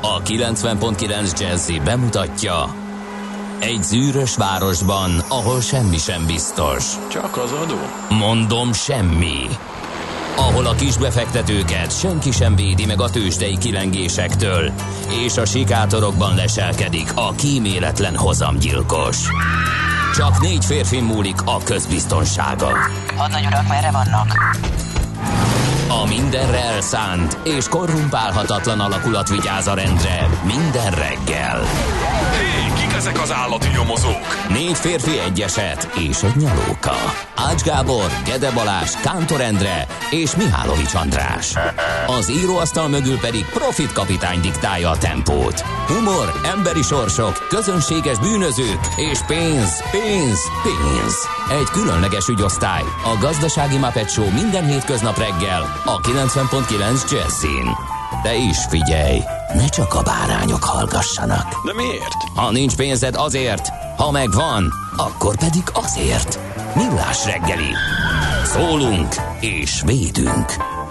A 90.9 Jazzy bemutatja: egy zűrös városban, ahol semmi sem biztos. Csak az adó? Mondom, semmi. Ahol a kisbefektetőket senki sem védi meg a tőzsdei kilengésektől, és a sikátorokban leselkedik a kíméletlen hozamgyilkos. Csak 4 férfi múlik a közbiztonsága. Hadnagy urak, merre vannak? A mindenre elszánt és korrumpálhatatlan alakulat vigyáz a rendre minden reggel. Hé, kik ezek az állati nyomozók? 4 férfi, egy eset és egy nyalóka. Ács Gábor, Gede Balázs, Kántor Endre és Mihálovics András. Az íróasztal mögül pedig Profit kapitány diktálja a tempót. Humor, emberi sorsok, közönséges bűnözők és pénz, pénz, pénz. Egy különleges ügyosztály, a Gazdasági Muppet Show minden hétköznap reggel a 90.9 Jazzyn. De is figyelj, ne csak a bárányok hallgassanak. De miért? Ha nincs pénzed, azért, ha megvan, akkor pedig azért. Millás reggeli. Szólunk és védünk.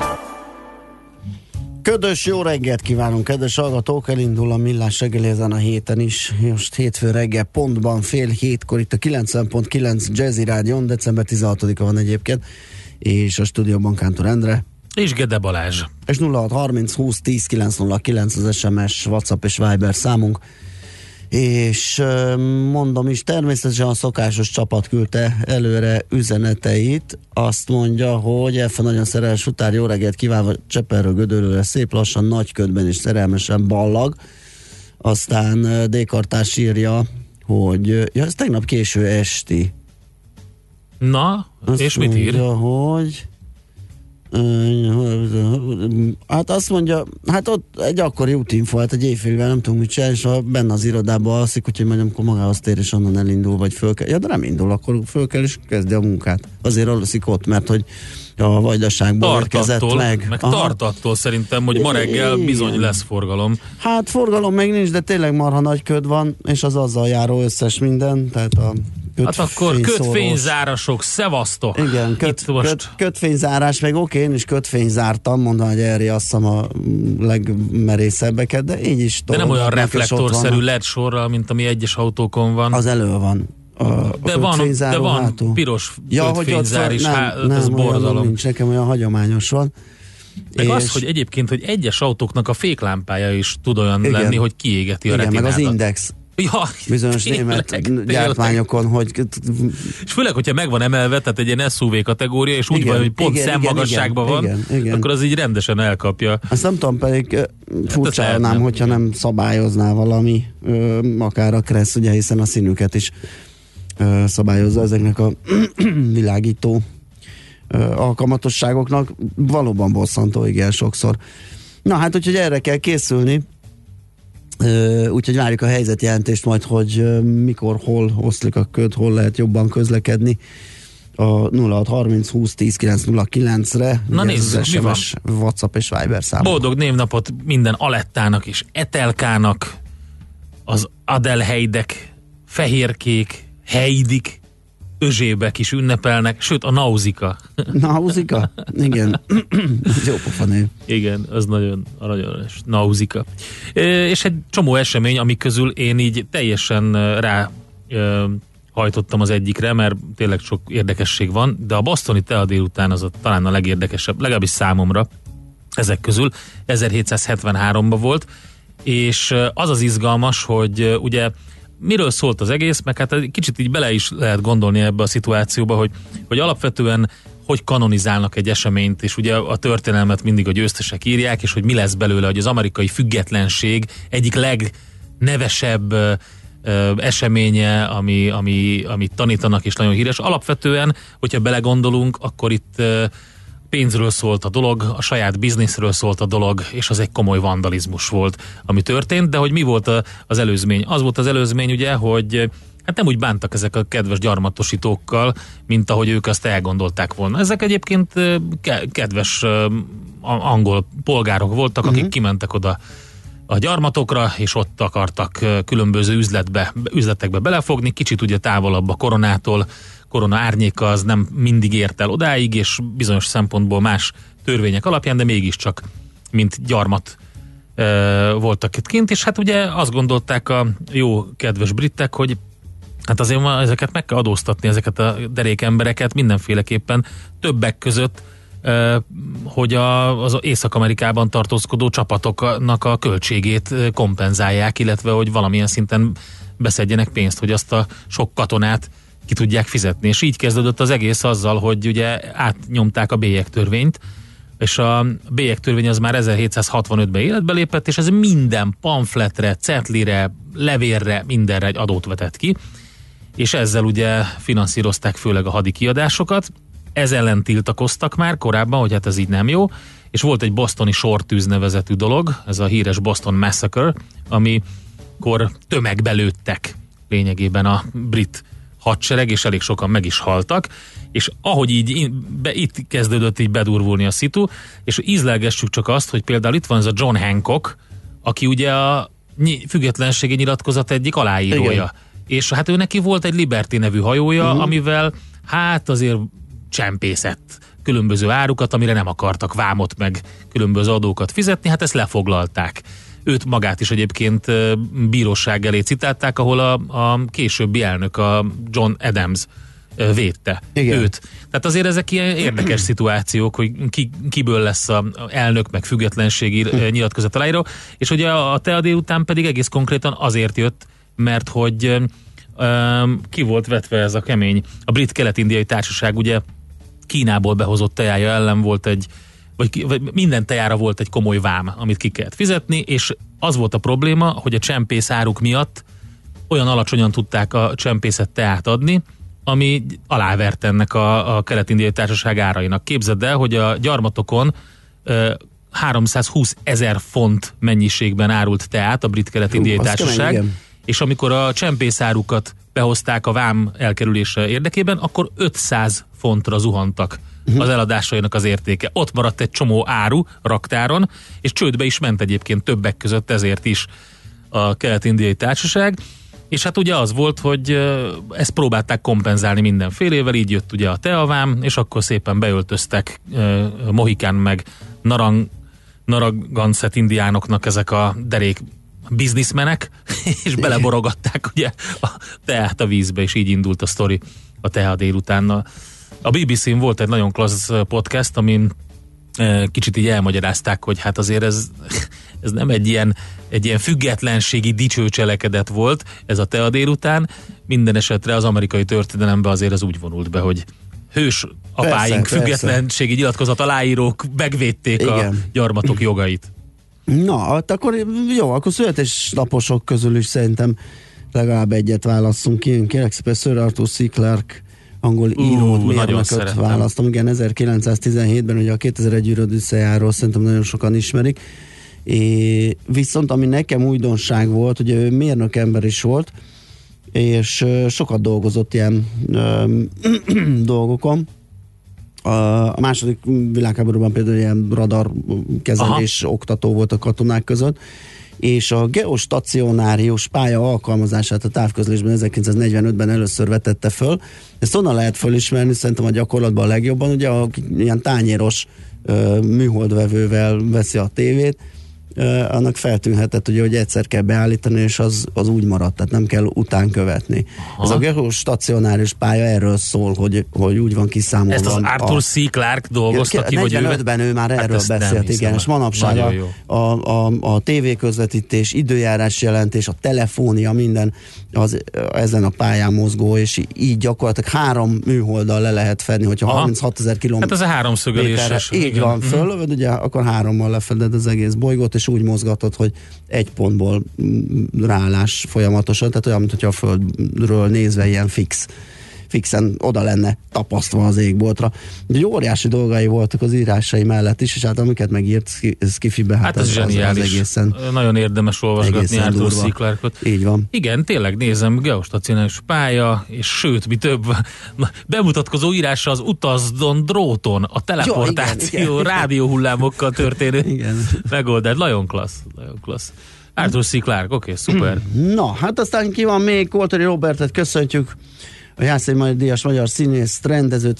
Ködös jó reggelt kívánunk, kedves hallgatók! Elindul a Millás reggeli ezen a héten is. Most hétfő reggel pontban 6:30 itt a 90.9 Jazzy Rádion, december 16-a van egyébként, és a stúdióban Kántor Endre. És Gede Balázs. És 0630 20 10 909 az SMS, WhatsApp és Viber számunk. És mondom is, természetesen a szokásos csapat küldte előre üzeneteit. Azt mondja, hogy F nagyon szerelmes futár, jó reggelt kívánva, Cseperről Gödöllőre szép lassan, nagyködben és szerelmesen ballag. Aztán D-kartás írja, hogy ja, ez tegnap késő esti. Na, azt és mit ír? Hogy hát azt mondja, hát ott egy akkori útinfo, hát egy éjfélben nem tudunk mit csinálni, és benne az irodában alszik, úgyhogy majd amikor magához tér, és onnan elindul, vagy föl kell. Ja, de nem indul, akkor föl kell, és kezdi a munkát. Azért alszik ott, mert hogy a Vajdaságból érkezett meg. Tart attól szerintem, hogy ma reggel bizony lesz forgalom. Hát forgalom még nincs, de tényleg marha nagy köd van, és az azzal járó összes minden, tehát a hát akkor kötvényzárasok, szevasztok! Igen, kötvényzárás, meg oké, én is kötvényzártam, mondom, hogy erre azt hiszem a legmerészebbeket, de így is. De nem olyan reflektorszerű LED sorral, mint ami egyes autókon van. Az elő van. De van hátul. Piros kötvényzár is, ez borzalom. Nincs, nekem olyan hagyományos van. Meg és az, hogy egyébként, hogy egyes autóknak a féklámpája is tud olyan lenni, hogy kiégeti a retinádat. Meg az Index. Ja, bizonyos német gyártmányokon, hogy... És főleg, hogyha meg van emelve, tehát egy ilyen SUV kategória, és úgy van, hogy pont szemmagasságban van, akkor az így rendesen elkapja. Azt nem tudom, pedig furcsálnám, hogyha nem szabályozná valami, akár a Kressz, ugye, hiszen a színüket is szabályozza ezeknek a világító alkalmatosságoknak. Valóban bosszantó, igen, sokszor. Na hát, úgyhogy erre kell készülni. Úgyhogy várjuk a helyzetjelentést majd, hogy mikor, hol oszlik a köd, hol lehet jobban közlekedni a 0630 20 10 909-re. Na nézzük, mi van? WhatsApp és Viber számok. Boldog névnapot minden Alettának és Etelkának, az Adelheidek, Fehérkék, Heidik, Özsébek is ünnepelnek, sőt a Nauzika. Nauzika? Igen. Jó pofa név. Igen, az nagyon aranyos. Nauzika. És egy csomó esemény, amik közül én így teljesen rá hajtottam az egyikre, mert tényleg sok érdekesség van, de a bostoni tea délután az talán a legérdekesebb, legalábbis számomra ezek közül. 1773-ban volt, és az az izgalmas, hogy ugye miről szólt az egész, meg hát kicsit így bele is lehet gondolni ebbe a szituációba, hogy alapvetően hogy kanonizálnak egy eseményt, és ugye a történelmet mindig a győztesek írják, és hogy mi lesz belőle, hogy az amerikai függetlenség egyik legnevesebb eseménye, amit tanítanak, és nagyon híres. Alapvetően, hogyha belegondolunk, akkor itt pénzről szólt a dolog, a saját bizniszről szólt a dolog, és az egy komoly vandalizmus volt, ami történt, de hogy mi volt az előzmény? Az volt az előzmény ugye, hogy hát nem úgy bántak ezek a kedves gyarmatosítókkal, mint ahogy ők azt elgondolták volna. Ezek egyébként kedves angol polgárok voltak, akik kimentek oda a gyarmatokra, és ott akartak különböző üzletekbe belefogni, kicsit ugye távolabb a koronától, korona árnyéka az nem mindig ért el odáig, és bizonyos szempontból más törvények alapján, de mégiscsak mint gyarmat voltak itt kint, és hát ugye azt gondolták a jó kedves britek, hogy hát azért ezeket meg kell adóztatni, ezeket a derék embereket mindenféleképpen, többek között, hogy az Észak-Amerikában tartózkodó csapatoknak a költségét kompenzálják, illetve hogy valamilyen szinten beszedjenek pénzt, hogy azt a sok katonát ki tudják fizetni. És így kezdődött az egész azzal, hogy ugye átnyomták a bélyegtörvényt, és a bélyegtörvény az már 1765-ben életbe lépett, és ez minden pamfletre, cetlire, levélre, mindenre egy adót vetett ki, és ezzel ugye finanszírozták főleg a hadi kiadásokat. Ez ellen tiltakoztak már korábban, hogy hát ez így nem jó, és volt egy bostoni sortűz nevezetű dolog, ez a híres Boston Massacre, amikor tömegbe lőttek lényegében a brit hadsereg, és elég sokan meg is haltak, és ahogy így itt kezdődött így bedurvulni a szitu, és ízlelgessük csak azt, hogy például itt van ez a John Hancock, aki ugye a függetlenségi nyilatkozat egyik aláírója. Igen. És hát ő neki volt egy Liberty nevű hajója, amivel hát azért csempészett különböző árukat, amire nem akartak vámot meg különböző adókat fizetni, hát ezt lefoglalták. Őt magát is egyébként bíróság elé citálták, ahol a későbbi elnök, a John Adams védte őt. Tehát azért ezek ilyen érdekes szituációk, hogy kiből lesz a elnök, meg függetlenségi nyilatkozat aláíró, és ugye a TEA délután pedig egész konkrétan azért jött, mert hogy ki volt vetve ez a kemény. A Brit Kelet-Indiai Társaság ugye Kínából behozott tejája ellen volt vagy minden tejára volt egy komoly vám, amit ki kellett fizetni, és az volt a probléma, hogy a csempészáruk miatt olyan alacsonyan tudták a csempészet teát adni, ami alávert ennek a Kelet-Indiai Társaság árainak. Képzeld el, hogy a gyarmatokon 320 000 font mennyiségben árult teát a Brit Kelet-Indiai Társaság, kemény, és amikor a csempészárukat behozták a vám elkerülése érdekében, akkor 500 fontra zuhantak az eladásainak az értéke. Ott maradt egy csomó áru raktáron, és csődbe is ment egyébként többek között ezért is a Kelet-Indiai Társaság, és hát ugye az volt, hogy ezt próbálták kompenzálni mindenfélével, így jött ugye a teavám, és akkor szépen beöltöztek mohikán meg Narragansett indiánoknak ezek a derék bizniszmenek, és beleborogatták ugye a teát a vízbe, és így indult a sztori a TEA délutánnal. A BBC-n volt egy nagyon klassz podcast, amin kicsit így elmagyarázták, hogy hát azért ez nem egy ilyen függetlenségi dicsőcselekedet volt, ez a TEA délután. Minden esetre az amerikai történelemben azért ez úgy vonult be, hogy hős apáink függetlenségi nyilatkozat aláírók megvédték a gyarmatok jogait. Na, hát akkor jó, akkor születésnaposok közül is szerintem legalább egyet válasszunk ki. Kérlek szépen Sir Arthur C. Clarke angol írót, mérnököt választom. Igen, 1917-ben ugye a 2001 űr Odüsszejáról szerintem nagyon sokan ismerik. Viszont ami nekem újdonság volt, ugye ő mérnök ember is volt, és sokat dolgozott ilyen dolgokon. A második világháborúban például ilyen radarkezelés oktató volt a katonák között, és a geostacionárius pálya alkalmazását a távközlésben 1945-ben először vetette föl. Ezt onnan lehet fölismerni, szerintem a gyakorlatban a legjobban, ugye ilyen tányéros műholdvevővel veszi a tévét, annak feltűnhetett, ugye, hogy egyszer kell beállítani, és az úgy maradt, tehát nem kell után követni. Ez a geostacionárius pálya erről szól, hogy úgy van kiszámolva. Ezt az Arthur C. Clarke dolgozta ki, vagy 45-ben ő már erről beszélt, igen, és manapság a tévéközvetítés, időjárás jelentés, a telefónia, minden az ezen a pályán mozgó, és így gyakorlatilag 3 műholddal le lehet fedni, hogyha 36 000 kilométer. Hát ez a háromszögeléses. Így van, föllövöd, ugye akkor 3-mal lefeded az egész bolygót, és úgy mozgatod, hogy egy pontból ráállás folyamatosan, tehát olyan, mint hogyha a Földről nézve ilyen fixen oda lenne tapasztva az égboltra. De óriási dolgai voltak az írásai mellett is, és hát amiket megírt Skifibe, hát ez zseniális. Az egészen, nagyon érdemes olvasgatni Arthur C. Clarke-ot. Így van. Igen, tényleg nézem, geostacionáris pálya, és sőt, mi több, bemutatkozó írása az utazdon dróton, a teleportáció, rádióhullámokkal történő megoldás. Nagyon klassz, nagyon klassz. Arthur C. Clarke, oké, szuper. Na, hát aztán ki van még, Koltari Robertet köszöntjük, a Jászai díjas magyar színész, rendező,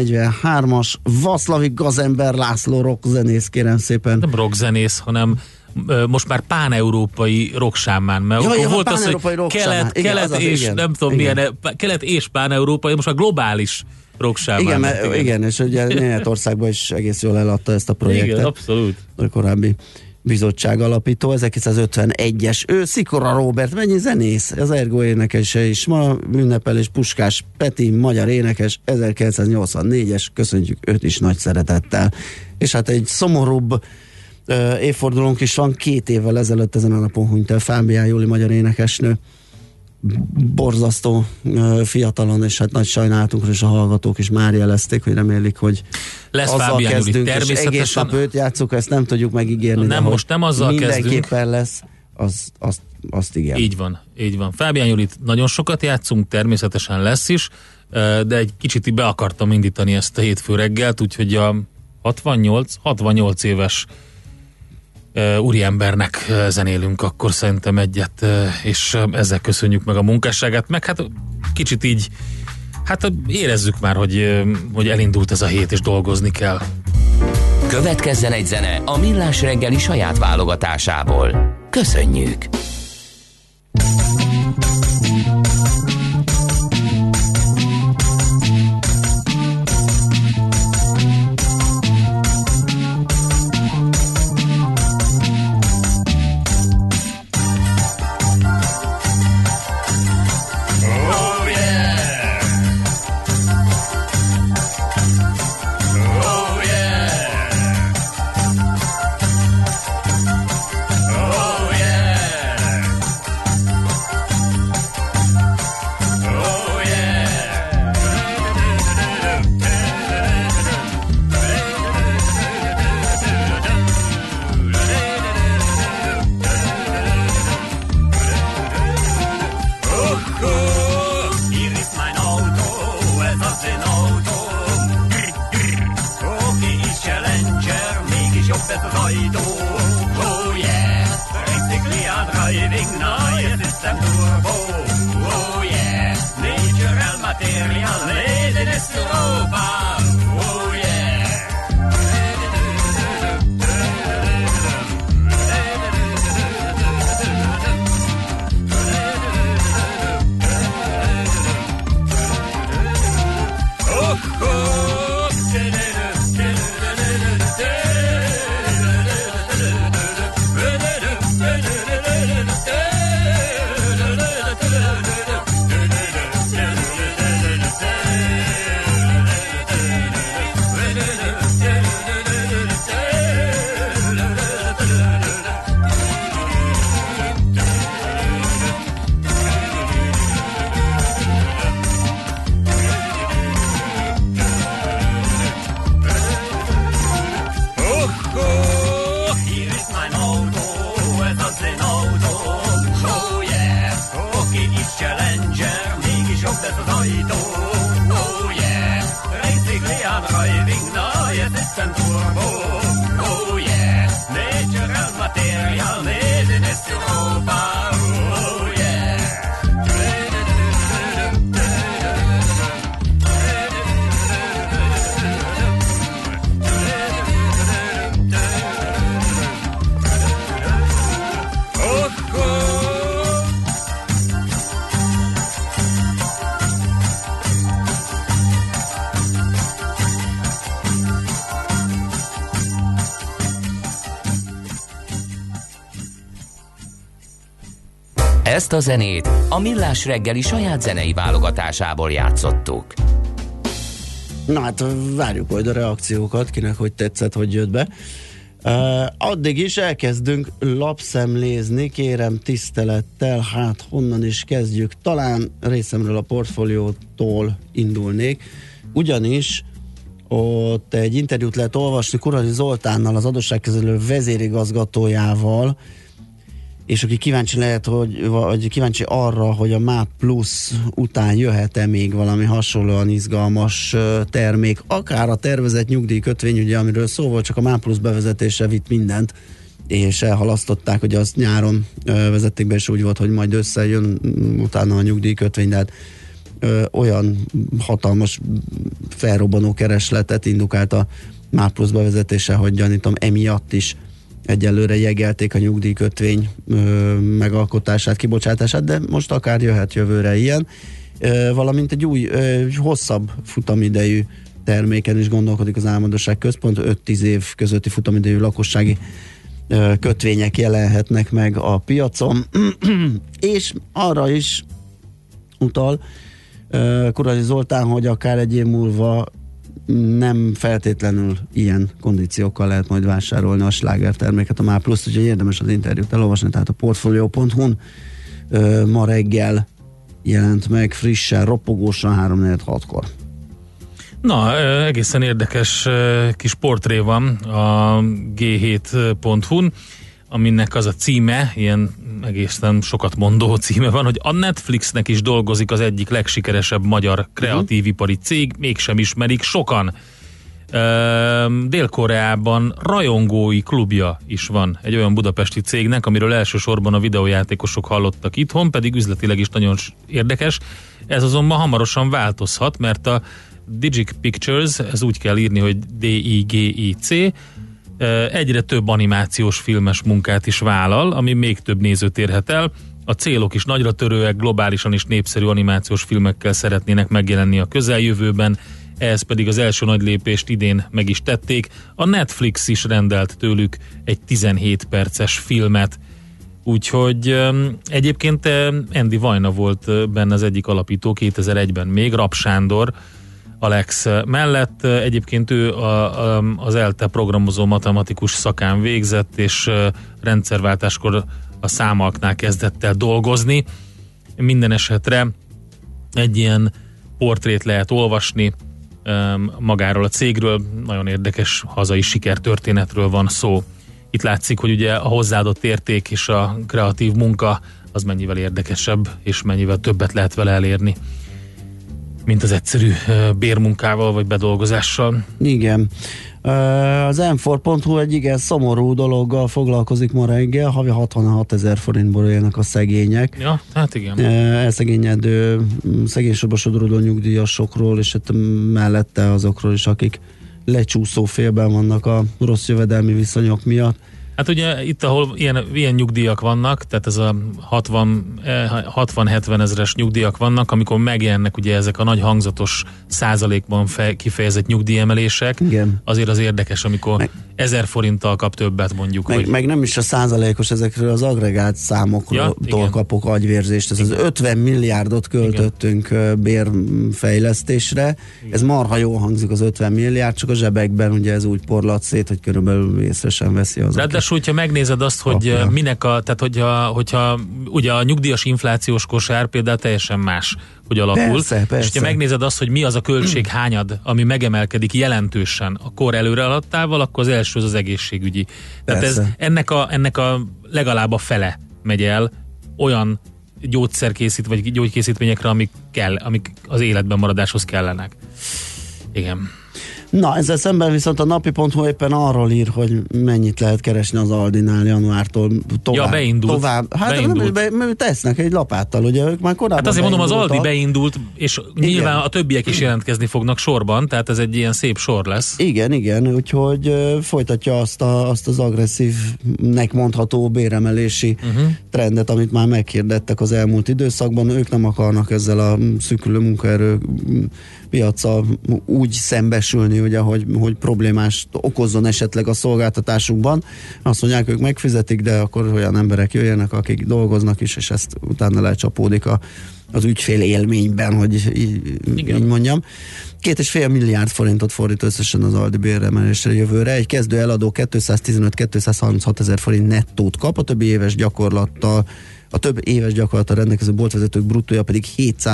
1943-as, Vaszlavik Gazember László rockzenész, kérem szépen. Nem rockzenész, hanem most már pán-európai rocksámán, mert akkor volt az, hogy kelet és igen, nem tudom igen. Milyen, kelet és pán-európai, most már globális rocksámán. Igen, és ugye Németországban is egész jól eladta ezt a projektet. Igen, abszolút. A korábbi bizottság alapító, 1951-es. Ő Szikora Róbert, mennyi zenész, az Ergo énekese is, ma ünnepel, és Puskás Peti, magyar énekes, 1984-es, köszönjük őt is nagy szeretettel. És hát egy szomorúbb évfordulónk is van, 2 évvel ezelőtt ezen a napon hunyt el Fábián Júli, magyar énekesnő, borzasztó fiatalon, és hát nagy sajnálatunkra, és a hallgatók is már jelezték, hogy remélik, hogy lesz azzal Fábián kezdünk, Júli, természetesen. És egész nap őt játsszuk, ezt nem tudjuk megígérni. Nem, most nem azzal mindenképpen kezdünk. lesz, azt igen. Így van. Fábián Júlit nagyon sokat játszunk, természetesen lesz is, de egy kicsit be akartam indítani ezt a hétfő reggelt, úgyhogy a 68 éves úriembernek zenélünk akkor szerintem egyet, és ezzel köszönjük meg a munkásságát, meg hát kicsit így, hát érezzük már, hogy elindult ez a hét, és dolgozni kell. Következzen egy zene a Millás reggeli saját válogatásából. Köszönjük! Ezt a zenét a Millás reggeli saját zenei válogatásából játszottuk. Na hát várjuk majd a reakciókat, kinek hogy tetszett, hogy jött be. Addig is elkezdünk lapszemlézni, kérem tisztelettel, hát honnan is kezdjük. Talán részemről a portfóliótól indulnék, ugyanis ott egy interjút lehet olvasni Kurali Zoltánnal, az adósságkezelő vezérigazgatójával, és aki kíváncsi lehet, vagy kíváncsi arra, hogy a MÁP Plus után jöhet-e még valami hasonlóan izgalmas termék, akár a tervezett nyugdíjkötvény, ugye, amiről szó volt, csak a MÁP Plus bevezetése vitt mindent, és elhalasztották, hogy azt nyáron vezették be, és úgy volt, hogy majd összejön utána a nyugdíjkötvény, de hát olyan hatalmas felrobbanó keresletet indukált a MÁP Plus bevezetése, hogy gyanítom emiatt is egyelőre jegelték a nyugdíjkötvény megalkotását, kibocsátását, de most akár jöhet jövőre ilyen, valamint egy új, hosszabb futamidejű terméken is gondolkodik az Álmodosság Központ, 5-10 év közötti futamidejű lakossági kötvények jelenhetnek meg a piacon, és arra is utal Kuradi Zoltán, hogy akár egy év múlva nem feltétlenül ilyen kondíciókkal lehet majd vásárolni a sláger terméket, a MÁ Pluszt, úgyhogy érdemes az interjút elolvasni, tehát a Portfolio.hu-n ma reggel jelent meg frissen, ropogósan 3-4-6-kor. Na, egészen érdekes kis portré van a G7.hu-n, aminek az a címe, ilyen egészen sokat mondó címe van, hogy a Netflixnek is dolgozik az egyik legsikeresebb magyar kreatívipari cég, mégsem ismerik sokan. Dél-Koreában rajongói klubja is van egy olyan budapesti cégnek, amiről elsősorban a videójátékosok hallottak itthon, pedig üzletileg is nagyon érdekes. Ez azonban hamarosan változhat, mert a Digic Pictures, ez úgy kell írni, hogy D-I-G-I-C, egyre több animációs filmes munkát is vállal, ami még több nézőt érhet el. A célok is nagyra törőek, globálisan is népszerű animációs filmekkel szeretnének megjelenni a közeljövőben, ehhez pedig az első nagy lépést idén meg is tették. A Netflix is rendelt tőlük egy 17 perces filmet. Úgyhogy egyébként Andy Vajna volt benne az egyik alapító 2001-ben még, Rap Sándor Alex mellett. Egyébként ő az ELTE programozó matematikus szakán végzett, és rendszerváltáskor a számalknál kezdett el dolgozni. Minden esetre egy ilyen portrét lehet olvasni magáról a cégről, nagyon érdekes hazai sikertörténetről van szó. Itt látszik, hogy ugye a hozzáadott érték és a kreatív munka az mennyivel érdekesebb, és mennyivel többet lehet vele elérni, mint az egyszerű bérmunkával vagy bedolgozással. Igen. Az m4.hu egy igen szomorú dologgal foglalkozik ma reggel, havi 66 000 forintból élnek a szegények. Ja, hát igen. Elszegényedő, szegénysorba sodródó nyugdíjasokról, és hát mellette azokról is, akik lecsúszó félben vannak a rossz jövedelmi viszonyok miatt. Hát ugye itt, ahol ilyen nyugdíjak vannak, tehát ez a 60-70 ezeres nyugdíjak vannak, amikor megjelennek ugye ezek a nagy hangzatos százalékban kifejezett nyugdíjemelések, igen. Azért az érdekes, amikor 1000 forinttal kap többet mondjuk. Meg nem is a százalékos, ezekről az agregált számokról kapok agyvérzést. Ez az 50 milliárdot költöttünk bérfejlesztésre. Igen. Ez marha jól hangzik az 50 milliárd, csak a zsebekben ugye ez úgy porlat szét, hogy körülbelül észre sem veszi az. Ráadásul, hogyha megnézed azt, hogy minek tehát hogyha ugye a nyugdíjas inflációs kosár például teljesen más, hogy alakul. Persze. És hogyha megnézed azt, hogy mi az a költség hányad, ami megemelkedik jelentősen a kor előre alattával, akkor az első az egészségügyi. Tehát ennek a legalább a fele megy el olyan vagy gyógykészítményekre, amik az életben maradáshoz kellenek. Igen. Na, ezzel szemben viszont a napi.hu éppen arról ír, hogy mennyit lehet keresni az Aldinál januártól tovább. Ja, beindult. Hát tesznek egy lapáttal, ugye ők már korábban. Hát azért mondom, az Aldi beindult, és nyilván a többiek is jelentkezni fognak sorban, tehát ez egy ilyen szép sor lesz. Igen, úgyhogy folytatja azt az agresszívnek mondható béremelési trendet, amit már meghirdettek az elmúlt időszakban. Ők nem akarnak ezzel a szűkülő munkaerő piacsal úgy szembesülni, ugye, hogy problémást okozzon esetleg a szolgáltatásukban. Azt mondják, ők megfizetik, de akkor olyan emberek jöjjenek, akik dolgoznak is, és ezt utána lecsapódik az ügyfél élményben, hogy így mondjam. 2,5 milliárd forintot fordít összesen az Aldi béremelésre jövőre. Egy kezdő eladó 215-236 ezer forint nettót kap, a több éves gyakorlattal rendelkező boltvezetők bruttója pedig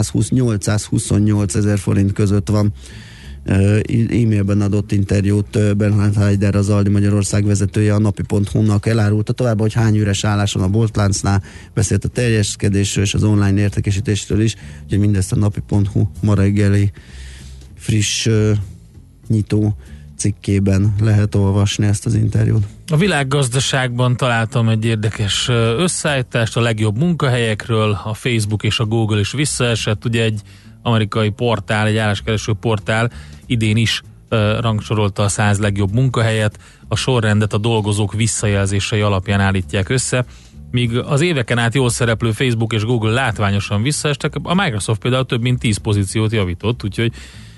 720-828 ezer forint között van. E-mailben adott interjút Bernhard Heider, az Aldi Magyarország vezetője a napi.hu-nak elárulta tovább, hogy hány üres állás van a boltláncnál, beszélt a terjeszkedésről és az online értékesítésről is, úgyhogy mindezt a napi.hu ma reggeli friss nyitó cikkében lehet olvasni ezt az interjút. A világgazdaságban találtam egy érdekes összeállítást a legjobb munkahelyekről, a Facebook és a Google is visszaesett, ugye egy amerikai portál, egy álláskereső portál idén is rangsorolta a 100 legjobb munkahelyet, a sorrendet a dolgozók visszajelzései alapján állítják össze, míg az éveken át jól szereplő Facebook és Google látványosan visszaestek, a Microsoft például több mint 10 pozíciót javított, úgyhogy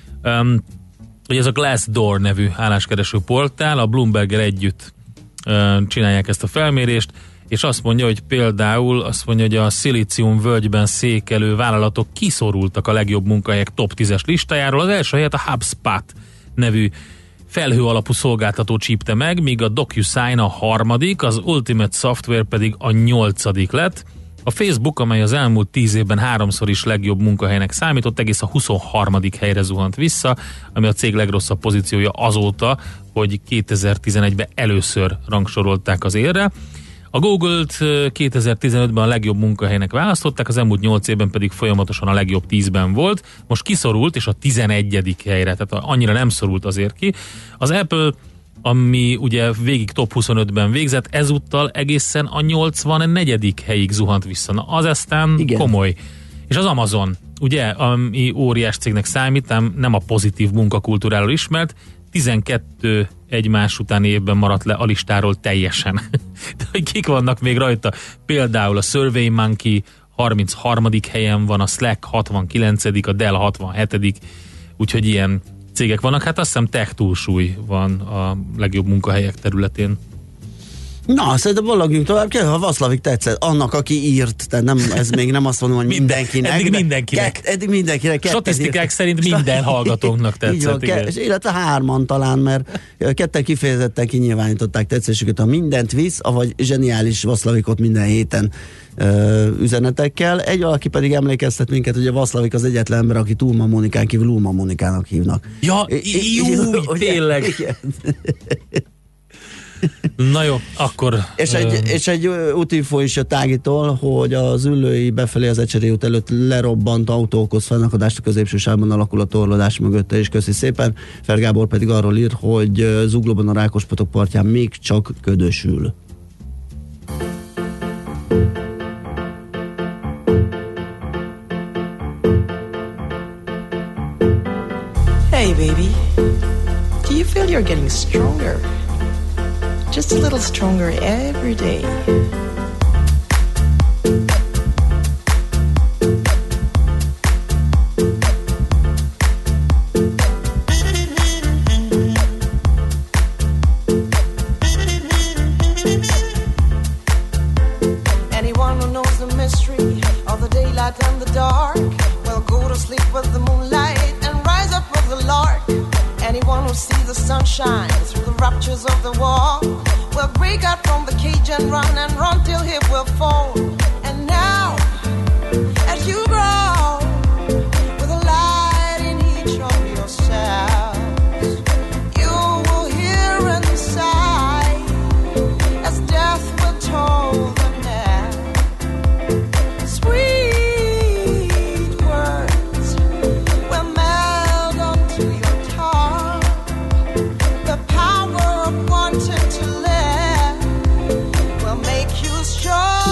hogy ez a Glassdoor nevű álláskereső portál, a Bloomberg-el együtt csinálják ezt a felmérést, és azt mondja, hogy például hogy a Szilícium völgyben székelő vállalatok kiszorultak a legjobb munkahelyek top 10-es listájáról. Az első helyet a HubSpot nevű felhő alapú szolgáltató csípte meg, míg a DocuSign a harmadik, az Ultimate Software pedig a 8. lett. A Facebook, amely az elmúlt 10 évben 3-szor is legjobb munkahelynek számított, egész a 23. helyre zuhant vissza, ami a cég legrosszabb pozíciója azóta, hogy 2011-ben először rangsorolták az élre. A Google-t 2015-ben a legjobb munkahelynek választották, az elmúlt 8 évben pedig folyamatosan a legjobb 10-ben volt, most kiszorult, és a 11. helyre, tehát annyira nem szorult azért ki. Az Apple, ami ugye végig top 25-ben végzett, ezúttal egészen a 84. helyig zuhant vissza. Na, az aztán igen, komoly. És az Amazon, ugye, ami óriás cégnek számít, nem a pozitív munkakultúráról ismert, 12 egymás utáni évben maradt le a listáról teljesen. De kik vannak még rajta? Például a SurveyMonkey 33. helyen van, a Slack 69., a Dell 67., úgyhogy ilyen cégek vannak. Hát azt hiszem tech túlsúly van a legjobb munkahelyek területén. Na, szerintem valagjunk tovább, ha Vaszlavik tetszett, annak, aki írt, tehát nem, ez még nem azt mondom, hogy mindenkinek. Eddig mindenkinek. Statisztikák szerint minden hallgatónknak tetszett. Így van, illetve 3-an talán, mert 2 kifejezetten kinyilvánították tetszésüket, ha mindent visz, avagy zseniális Vaszlavikot minden héten üzenetekkel. Egy valaki pedig emlékeztet minket, hogy a Vaszlavik az egyetlen ember, aki Tulma Monikán kívül Ulma Monikának hívnak. Ja, tényleg. Na jó, akkor... És egy útinfo is a Tágitól, hogy az Üllői befelé az Ecseri út előtt lerobbant autó okoz fennakadást, a középső sávban alakul a torlódás mögötte, és köszi szépen. Fergábor pedig arról ír, hogy Zuglóban a Rákospatok partján még csak ködösül. Hey baby, do you feel you're getting stronger? Just a little stronger every day. Anyone who knows the mystery of the daylight and the dark will go to sleep with the moonlight and rise up with the lark. Anyone who sees the sunshine through the raptures of the wall will break out from the cage and run till he will fall. And now, as you grow with a light in each of yourselves, you will hear inside as death will toll the net. Sweet words will meld onto your tongue. The power of wanting to live will make you strong.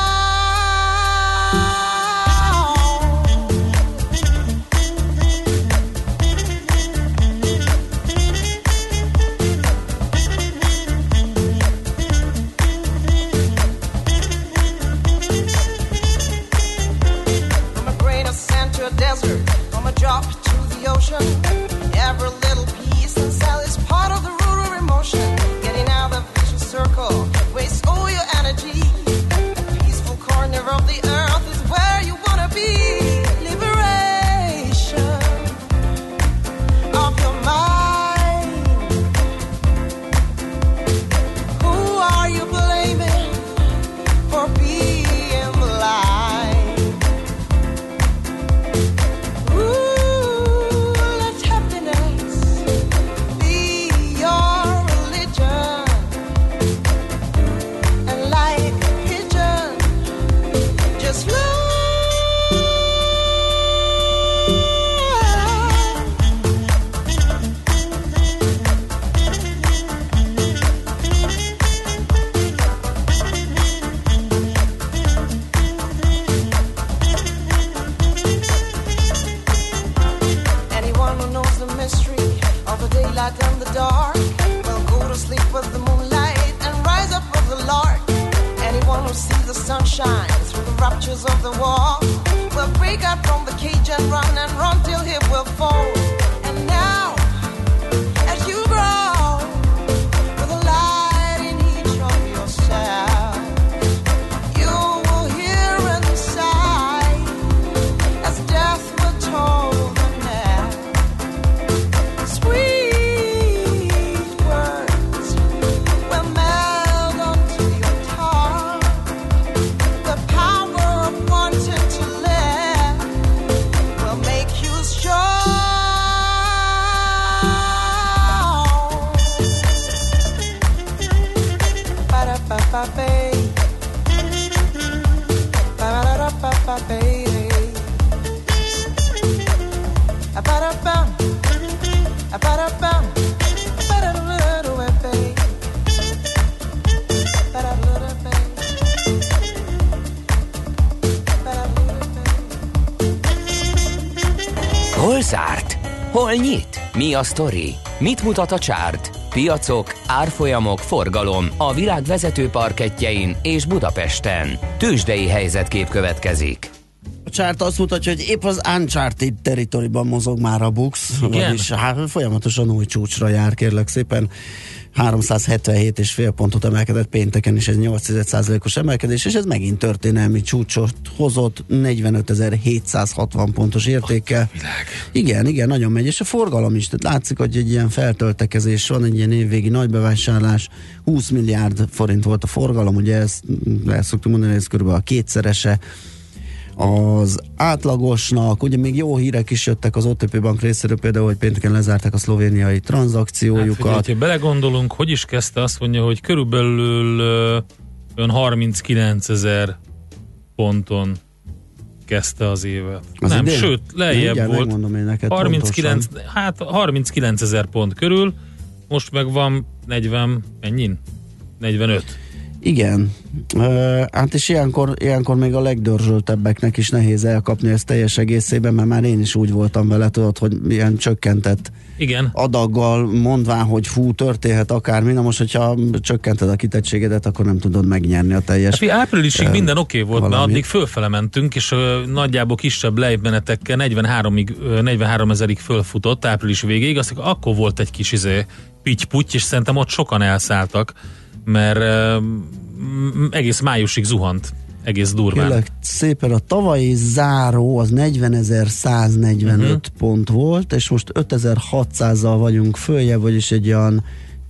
From a grain of sand to a desert, from a drop to the ocean, every little piece inside is part of the root of emotion. Getting out of the vicious circle, waste all your energy. A peaceful corner of the earth is where you wanna be. Liberation of your mind. Who are you blaming for being blind? Ooh, let's will see the sunshine through the ruptures of the wall. We'll break out from the cage and run till it will fall. And now, as you grow, with a light in each of yourself, you will hear inside as death will toll the net. Sweet words will meld onto your tongue. The power of wanting to live will make you strong. Ba-da-ba-ba-ba. Ba-da-da-ba-ba-ba. Ba-da-bum. Ba-da-bum. Ba-da-da-da-da-da-ba. Ba-da-da-da-da-ba. Ba-da-da-da-da-ba. Hol zárt? Hol nyit? Mi a sztori? Mit mutat a csárt? Piacok, árfolyamok, forgalom a világ vezető parkettjein és Budapesten. Tőzsdei helyzetkép következik. A csárt azt mutatja, hogy épp az Uncharted territoryban mozog már a BUX, vagyis folyamatosan új csúcsra jár, kérlek szépen. 377,5 pontot emelkedett pénteken is, ez 8%-os emelkedés, és ez megint történelmi csúcsot hozott 45.760 pontos értékkel. Igen, nagyon megy, és a forgalom is, tehát látszik, hogy egy ilyen feltöltekezés van, egy ilyen évvégi nagybevásárlás, 20 milliárd forint volt a forgalom, ugye ezt szoktuk mondani, ez körülbelül a kétszerese az átlagosnak. Ugye még jó hírek is jöttek az OTP Bank részéről, például, hogy pénteken lezárták a szlovéniai tranzakciójukat. Hát, ha belegondolunk, hogy is kezdte, azt mondja, hogy körülbelül olyan 39.000 ponton kezdte az évet. Az nem, idén? sőt, lejjebb volt. Neked 39.000 pont körül, most meg van 40, mennyin? 45. Igen, hát és ilyenkor még a legdörzsöltebbeknek is nehéz elkapni ezt teljes egészében, mert már én is úgy voltam vele, tudod, hogy ilyen csökkentett adaggal mondván, hogy fú, történhet akármi, na most, hogyha csökkented a kitettségedet, akkor nem tudod megnyerni a teljes. Hát, áprilisig minden oké volt, valami. Mert addig fölfele mentünk, és nagyjából kisebb lejtmenetekkel 43 ezerig fölfutott április végéig, azt akkor volt egy kis pitty-putty, és szerintem ott sokan elszálltak, mert egész májusig zuhant, egész durván. Kérlek szépen, a tavalyi záró az 40.145 pont volt, és most 5.600-zal vagyunk följebb, vagyis egy olyan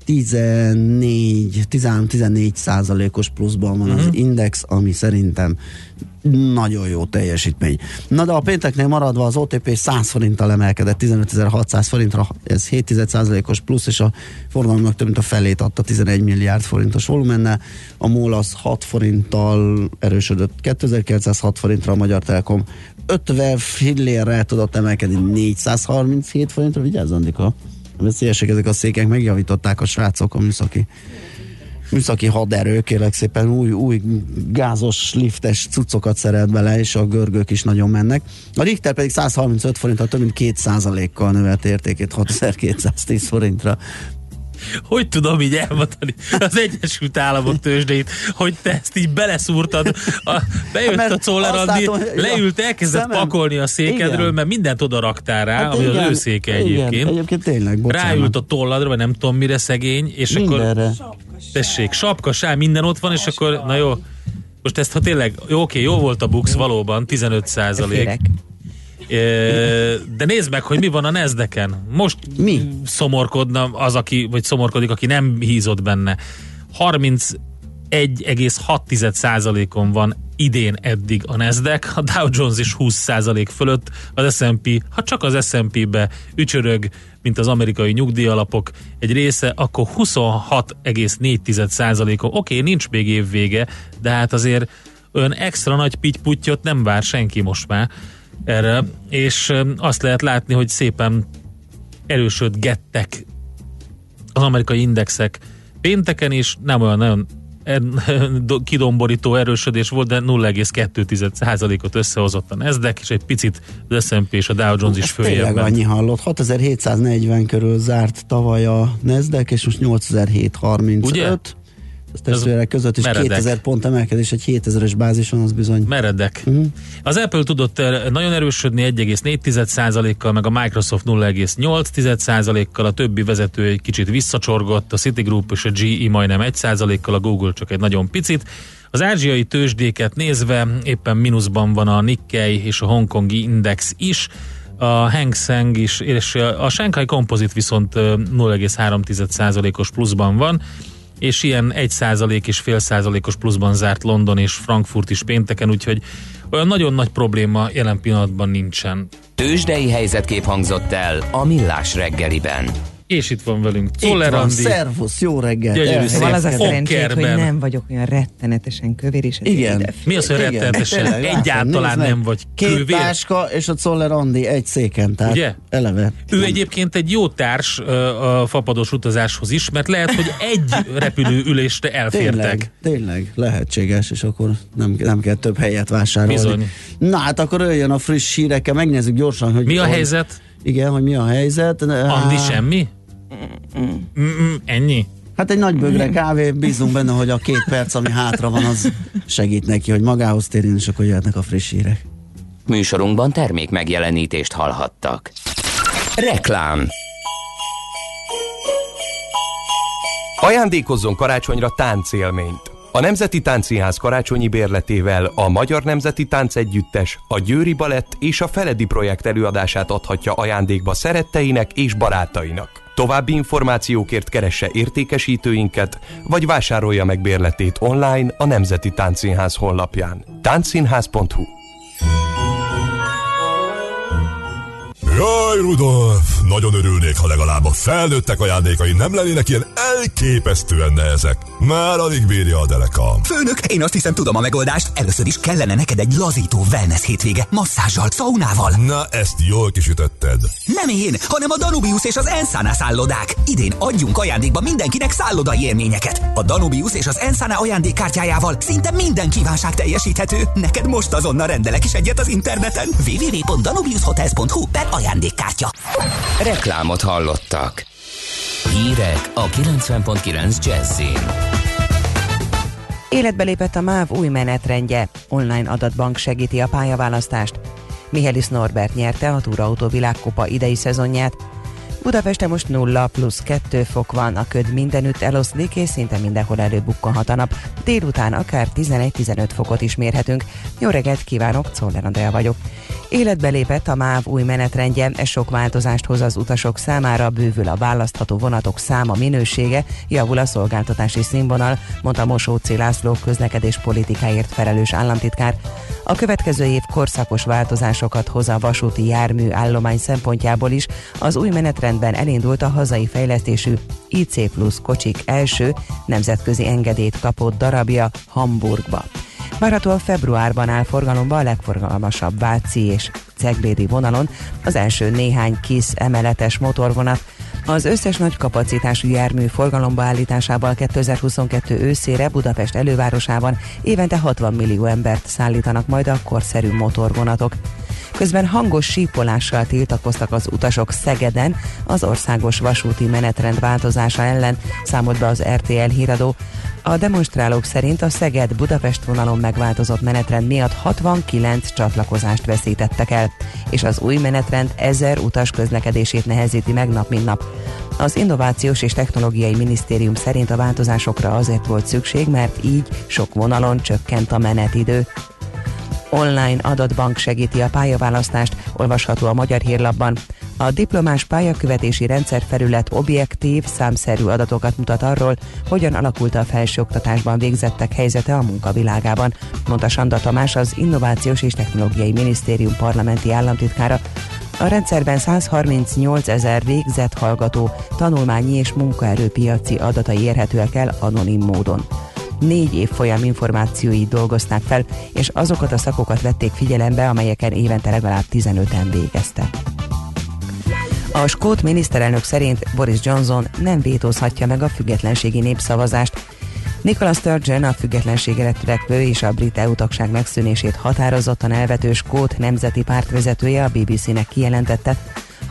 13-14% pluszban van az index, ami szerintem nagyon jó teljesítmény. Na de a pénteknél maradva az OTP 100 forinttal emelkedett 15.600 forintra, ez 7%-os plusz, és a forgalomnak több mint a felét adta 11 milliárd forintos volumennel. A MOL az 6 forinttal erősödött 2906 forintra, a Magyar Telekom 50 fillérrel tudott emelkedni 437 forintra. Vigyázz, Andika! Veszélyesek ezek a székek, megjavították a srácok a műszaki haderő, kérlek szépen új gázos, liftes cuccokat szerelt bele, és a görgők is nagyon mennek. A Richter pedig 135 forinttal több mint 2%-kal növelt értékét 6210 forintra. Hogy tudom így elmondani az Egyesült Államok tőzsdét, hogy te ezt így beleszúrtad, bejött a Czoller Andi, leült, elkezdett pakolni a székedről, igen. Mert mindent oda raktál rá, hát ami igen, az ő széke egyébként. Igen, egyébként tényleg, bocsánat. Ráült a tolladra, vagy nem tudom mire szegény, és mindenre. Akkor tessék, sapkasá, minden ott van, és akkor, na jó, most ezt ha tényleg, jó volt a BUX valóban, 15%. De nézd meg, hogy mi van a Nasdaqen. Most szomorkodna az, vagy szomorkodik, aki nem hízott benne. 31,6%-on van idén eddig a Nasdaq, a Dow Jones is 20% fölött, az S&P, ha csak az S&P-be ücsörög, mint az amerikai nyugdíjalapok egy része, akkor 26,4%-on. Oké, nincs még év vége, de hát azért olyan extra nagy pitty-puttyot nem vár senki most már erre, és azt lehet látni, hogy szépen erősödgettek az amerikai indexek pénteken is, nem olyan nagyon kidomborító erősödés volt, de 0,2%-ot összehozott a Nasdaq, és egy picit az S&P és a Dow Jones is följebb. Tényleg annyi hallott. 6740 körül zárt tavaly a Nasdaq, és most 8735. testvérek között, és meredek. 2000 pont emelkedés egy 7000-es bázison, az bizony. Meredek. Az Apple tudott nagyon erősödni 1,4%-kal, meg a Microsoft 0,8%-kal, a többi vezető egy kicsit visszacsorgott, a Citigroup és a GE majdnem 1%-kal, a Google csak egy nagyon picit. Az ázsiai tőzsdéket nézve éppen mínuszban van a Nikkei és a hongkongi index is, a Hang Seng is, és a Shanghai Composite viszont 0,3%-os pluszban van, és ilyen 1% és fél százalékos pluszban zárt London és Frankfurt is pénteken, úgyhogy olyan nagyon nagy probléma jelen pillanatban nincsen. Tőzsdei helyzetkép hangzott el a Millás reggeliben. És itt van velünk Itt Czoller van, Andi. szervusz, jó reggelt! Gyönyörű szép Van az a szerencsét, hogy okkerben. nem vagyok olyan rettenetesen kövér, és Igen. Mi az, hogy Igen, rettenetesen? tényleg, Egyáltalán nézd meg. nem vagy Két kövér. táska és a Czoller Andi egy széken, tehát Ugye? eleve. Ő egyébként egy jó társ a fapados utazáshoz is, mert lehet, hogy egy repülőülésre elfértek. Tényleg, lehetséges, és akkor nem kell több helyet vásárolni. Bizony. Na hát akkor öljön a friss hírekkel, megnézzük gyorsan, hogy... Mi a helyzet? Igen, hogy mi a helyzet. Andi, semmi? Ennyi? Hát egy nagy bögre kávé, bízunk benne, hogy a 2 perc, ami hátra van, az segít neki, hogy magához térjen, és akkor jöhetnek a friss hírek. Műsorunkban termék megjelenítést hallhattak. Reklám. Ajándékozzon karácsonyra táncélményt. A Nemzeti Táncszínház karácsonyi bérletével a Magyar Nemzeti Táncegyüttes, a Győri Balett és a Feledi projekt előadását adhatja ajándékba szeretteinek és barátainak. További információkért keresse értékesítőinket, vagy vásárolja meg bérletét online a Nemzeti Táncszínház honlapján. táncszínház.hu. Jaj, Rudolf! Nagyon örülnék, ha legalább a felnőttek ajándékai nem lennének ilyen elképesztően nehezek. Már alig bírja a derekam. Főnök, én azt hiszem tudom a megoldást. Először is kellene neked egy lazító wellness hétvége, masszázsal, szaunával. Na, ezt jól kisütötted. Nem én, hanem a Danubius és az Ensana szállodák. Idén adjunk ajándékba mindenkinek szállodai élményeket. A Danubius és az Ensana ajándékkártyájával szinte minden kívánság teljesíthető. Neked most azonnal rendelek is egyet az interneten. www.danubiushotels.hu/ajándékkártya. Reklámot hallottak. Hírek a 90.9 Jazzin. Életbe lépett a MÁV új menetrendje. Online adatbank segíti a pályaválasztást. Michelis Norbert nyerte a Túrautó világkupa idei szezonját. Budapesten most 0+2 fok van, a köd mindenütt eloszlik, és szinte mindenhol előbukkanhat a nap. Délután akár 11-15 fokot is mérhetünk. Jó reggelt kívánok, Czoller Andrea vagyok. Életbe lépett a MÁV új menetrendje, ez sok változást hoz az utasok számára, bővül a választható vonatok száma, minősége, javul a szolgáltatási színvonal, mondta Mosóczy László közlekedés politikáért felelős államtitkár. A következő év korszakos változásokat hoz a vasúti jármű állomány szempontjából is. Az új menetrendben elindult a hazai fejlesztésű IC Plus kocsik első nemzetközi engedélyt kapott darabja Hamburgba. Várhatóan februárban áll forgalomba a legforgalmasabb váci és ceglédi vonalon az első néhány KISZ emeletes motorvonat. Az összes nagy kapacitású jármű forgalomba állításával 2022 őszére Budapest elővárosában évente 60 millió embert szállítanak majd a korszerű motorvonatok. Közben hangos sípolással tiltakoztak az utasok Szegeden az országos vasúti menetrend változása ellen, számolt be az RTL híradó. A demonstrálók szerint a Szeged-Budapest vonalon megváltozott menetrend miatt 69 csatlakozást veszítettek el, és az új menetrend 1000 utas közlekedését nehezíti meg nap mint nap. Az Innovációs és Technológiai Minisztérium szerint a változásokra azért volt szükség, mert így sok vonalon csökkent a menetidő. Online adatbank segíti a pályaválasztást, olvasható a Magyar Hírlapban. A diplomás pályakövetési rendszerfelület objektív, számszerű adatokat mutat arról, hogyan alakult a felsőoktatásban végzettek helyzete a munkavilágában, mondta Sanda Tamás, az Innovációs és Technológiai Minisztérium parlamenti államtitkára. A rendszerben 138 000 végzett hallgató tanulmányi és munkaerőpiaci adatai érhetőek el anonim módon. 4 évfolyam információit dolgozták fel, és azokat a szakokat vették figyelembe, amelyeken évente legalább 15-en végeztek. A skót miniszterelnök szerint Boris Johnson nem vétózhatja meg a függetlenségi népszavazást. Nicola Sturgeon, a függetlenségre törekvő és a brit EU tagság megszűnését határozottan elvető skót nemzeti párt vezetője a BBC-nek kijelentette,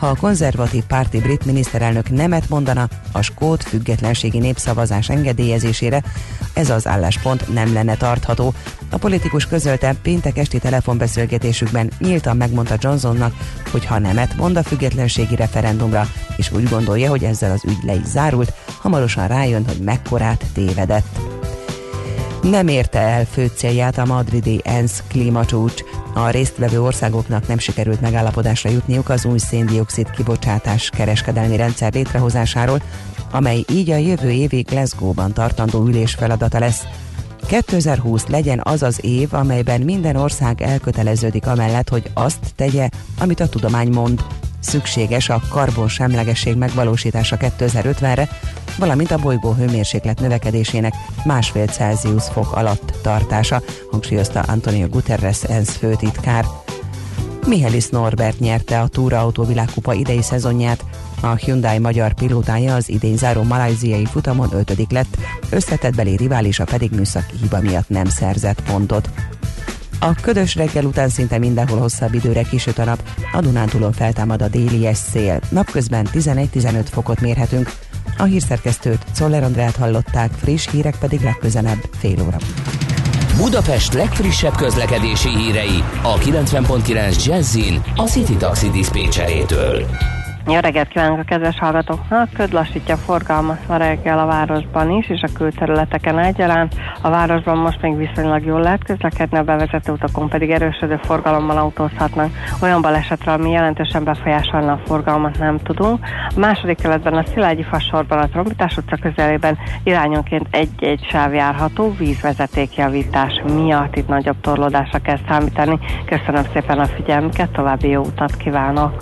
ha a konzervatív párti brit miniszterelnök nemet mondana a skót függetlenségi népszavazás engedélyezésére, ez az álláspont nem lenne tartható. A politikus közölte, péntek esti telefonbeszélgetésükben nyíltan megmondta Johnsonnak, hogy ha nemet mond a függetlenségi referendumra, és úgy gondolja, hogy ezzel az ügy le is zárult, hamarosan rájön, hogy mekkorát tévedett. Nem érte el fő célját a madridi ENSZ klímacsúcs. A résztvevő országoknak nem sikerült megállapodásra jutniuk az új széndioxid kibocsátás kereskedelmi rendszer létrehozásáról, amely így a jövő évig Glasgow-ban tartandó ülés feladata lesz. 2020 legyen az az év, amelyben minden ország elköteleződik amellett, hogy azt tegye, amit a tudomány mond. Szükséges a karbonsemlegesség megvalósítása 2050-re, valamint a bolygó hőmérséklet növekedésének 1,5 Celsius fok alatt tartása, hangsúlyozta Antonio Guterres ENSZ főtitkár. Mihelis Norbert nyerte a túraautó világkupa idei szezonját. A Hyundai magyar pilótája az idén záró malajziai futamon 5. lett, összetettbeli riválisa pedig műszaki hiba miatt nem szerzett pontot. A ködös reggel után szinte mindenhol hosszabb időre kisüt a nap, a Dunántúlon feltámad a délies szél. Napközben 11-15 fokot mérhetünk. A hírszerkesztőt, Czoller Andrát hallották, friss hírek pedig legközelebb fél óra. Budapest legfrissebb közlekedési hírei a 90.9 Jazzin a City Taxi diszpécserétől. Jó reggelt kívánok a kedves hallgatóknak! Köd lassítja a forgalmat ma reggel a városban is, és a külterületeken egyaránt. A városban most még viszonylag jól lehet közlekedni, a bevezető utakon pedig erősödő forgalommal autózhatnak. Olyan balesetre, ami jelentősen befolyásolna a forgalmat, nem tudunk. A második kerületben a Szilágyi fasorban a Trombitás utca közelében irányonként egy-egy sáv járható vízvezetékjavítás miatt. Itt nagyobb torlódásra kell számítani. Köszönöm szépen a figyelmüket, további jó utat kívánok!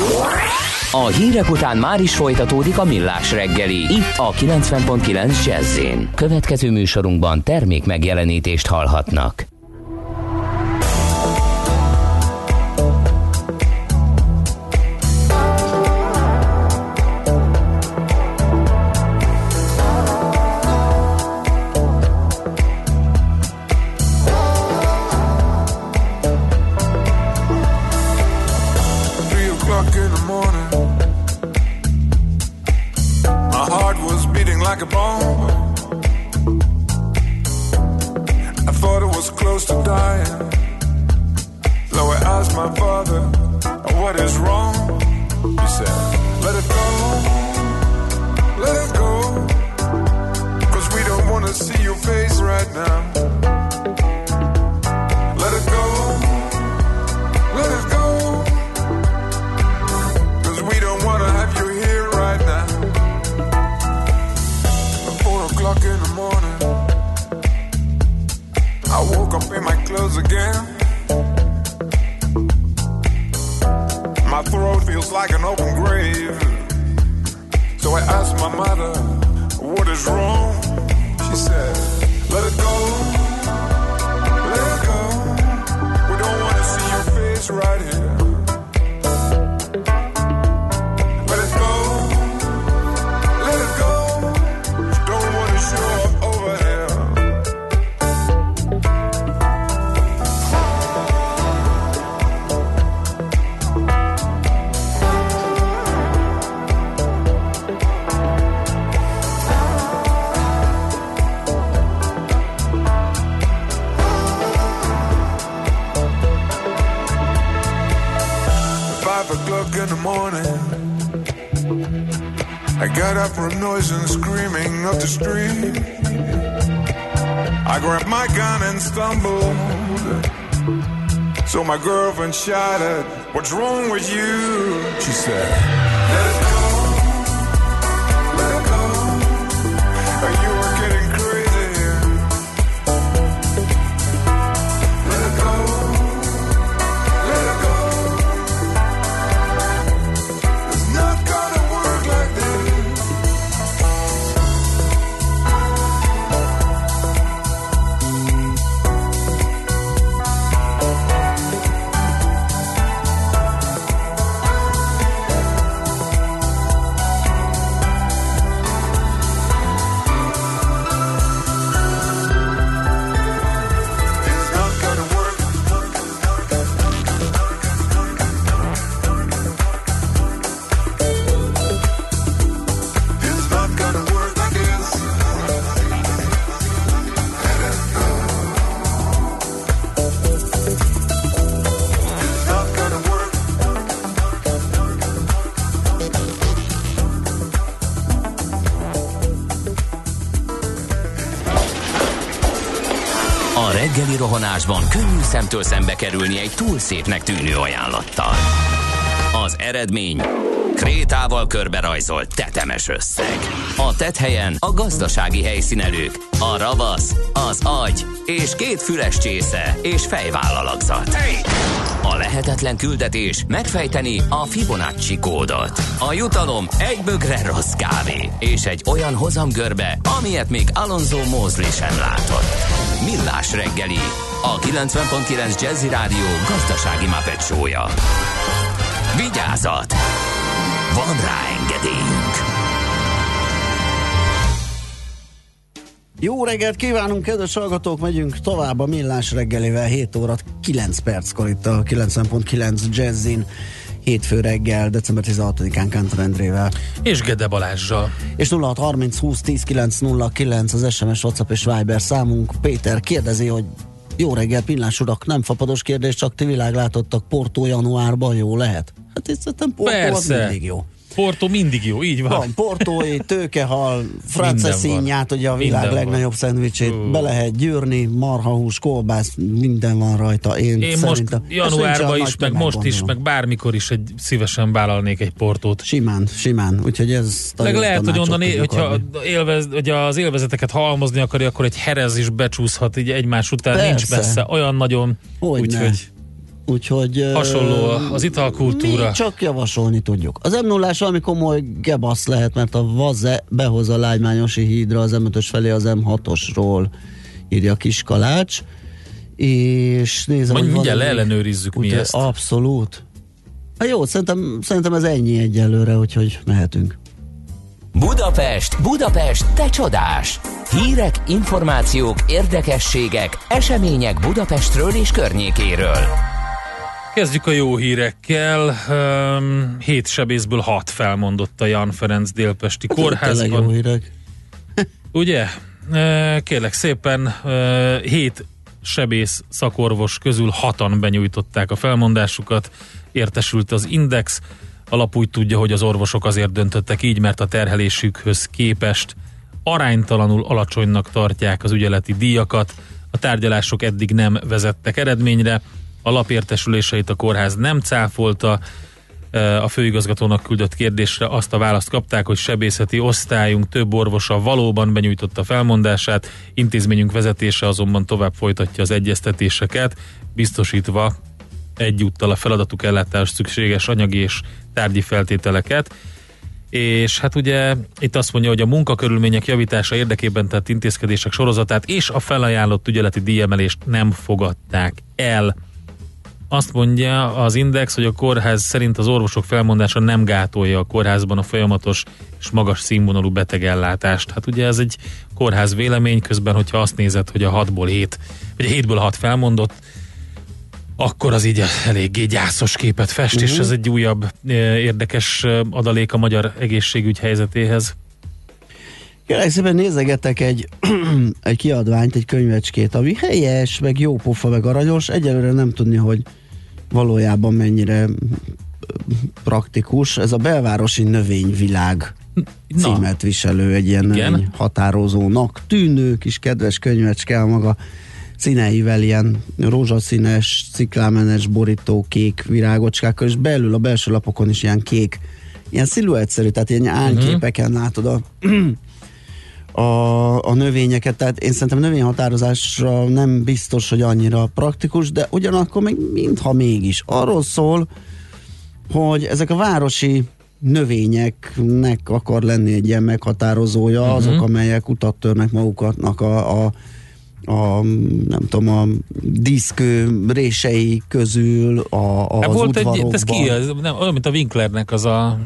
A hírek után már is folytatódik a Millás reggeli, itt a 90.9 Jazz-én. Következő műsorunkban termék megjelenítést hallhatnak. Like a bomb, I thought it was close to dying. So I asked my father, what is wrong? He said, let it go, let it go, 'cause we don't want to see your face right now. Let it go, let it go, 'cause we don't want to have you here right now. 4 o'clock in the morning, I woke up in my clothes again. My throat feels like an open grave. So I asked my mother, what is wrong? She said, let it go, let it go. We don't want to see your face right here. Let it go, let it go. Don't want to show up over here. In the morning, I got up from noise and screaming up the street. I grabbed my gun and stumbled. So my girlfriend shouted, what's wrong with you? She said, let it go, let it go. You are getting crazy here. Let it go, let it go. A reggeli rohanásban könnyű szemtől szembe kerülni egy túl szépnek tűnő ajánlattal. Az eredmény krétával körberajzolt tetemes összeg. A tetthelyen a gazdasági helyszínelők, a ravasz, az agy és 2 füles csésze és fejvállalakzat. A lehetetlen küldetés megfejteni a Fibonacci kódot. A jutalom egy bögre rossz kávé és egy olyan hozamgörbe, amilyet még Alonso Mosley sem látott. Millás reggeli, a 90.9 Jazzy Rádió gazdasági Muppet show-ja. Vigyázat! Van rá engedélyünk! Jó reggelt kívánunk, kedves hallgatók! Megyünk tovább a Millás reggelivel 7 óra 9 perckor itt a 90.9 Jazzin. Hétfő reggel, december 16-án Kántor Endrével. És Gede Balázssal. És 0630 20 10 909 az SMS, WhatsApp és Viber számunk. Péter kérdezi, hogy jó reggel, Pillás urak, nem fapados kérdés, csak ti világlátottak, Porto januárban jó lehet? Hát itt szerintem Porto az mindig jó. Porto mindig jó, így van. Van portói, tőkehal, franceszínját, ugye a világ legnagyobb szendvicsét be lehet gyűrni, marhahús, kolbász, minden van rajta. Én most januárban is, meg most is, meg bármikor is szívesen vállalnék egy portót. Simán, úgyhogy ez... Meg lehet, hogy onnan, hogyha az élvezeteket halmozni akarja, akkor egy herez is becsúszhat így egymás után, persze. Nincs messze, olyan nagyon, úgyhogy hasonló az italkultúra. Mi csak javasolni tudjuk. Az M0-ás valami komoly gebasz lehet, mert a Vaze behoz a Lágymányosi hídra az M5-ös felé az M6-osról, írja Kiskalács. És nézem, hogy mindjárt leellenőrizzük mi ezt. Abszolút. Hát jó, szerintem ez ennyi egyelőre, úgyhogy mehetünk. Budapest, te csodás! Hírek, információk, érdekességek, események Budapestről és környékéről. Kezdjük a jó hírekkel. 7 sebészből 6 felmondott a Jan Ferenc délpesti kórházban. Jó hírek. Ugye? Kérlek szépen, 7 sebész szakorvos közül 6-an benyújtották a felmondásukat, értesült az Index. A lap úgy tudja, hogy az orvosok azért döntöttek így, mert a terhelésükhöz képest aránytalanul alacsonynak tartják az ügyeleti díjakat. A tárgyalások eddig nem vezettek eredményre. A lap értesüléseit a kórház nem cáfolta. A főigazgatónak küldött kérdésre azt a választ kapták, hogy sebészeti osztályunk több orvosa valóban benyújtotta felmondását, intézményünk vezetése azonban tovább folytatja az egyeztetéseket, biztosítva egyúttal a feladatuk ellátás szükséges anyagi és tárgyi feltételeket. És hát ugye itt azt mondja, hogy a munkakörülmények javítása érdekében tett intézkedések sorozatát és a felajánlott ügyeleti díjemelést nem fogadták el. Azt mondja az Index, hogy a kórház szerint az orvosok felmondása nem gátolja a kórházban a folyamatos és magas színvonalú betegellátást. Hát ugye ez egy kórház vélemény, közben hogyha azt nézed, hogy a 6-ból 7, vagy a 7-ből 6 felmondott, akkor az így eléggé gyászos képet fest, és ez egy újabb érdekes adalék a magyar egészségügy helyzetéhez. Kérlek szépen nézegetek egy kiadványt, egy könyvecskét, ami helyes, meg jó pofa, meg aranyos. Egyelőre nem tudni, hogy valójában mennyire praktikus. Ez a Belvárosi Növényvilág címet viselő, egy ilyen növényhatározónak tűnő kis kedves könyvecske, a maga színeivel, ilyen rózsaszínes, ciklámenes borító kék virágocskákkal, és belül a belső lapokon is ilyen kék, ilyen sziluettszerű, tehát ilyen ányképeken látod a növényeket, tehát én szerintem növényhatározásra nem biztos, hogy annyira praktikus, de ugyanakkor még mintha mégis. Arról szól, hogy ezek a városi növényeknek akar lenni egy ilyen meghatározója, azok, amelyek utat törnek magukatnak a nem tudom, a diszkő rései közül, az volt udvarokban. Ez ki? Olyan, mint a Winklernek az a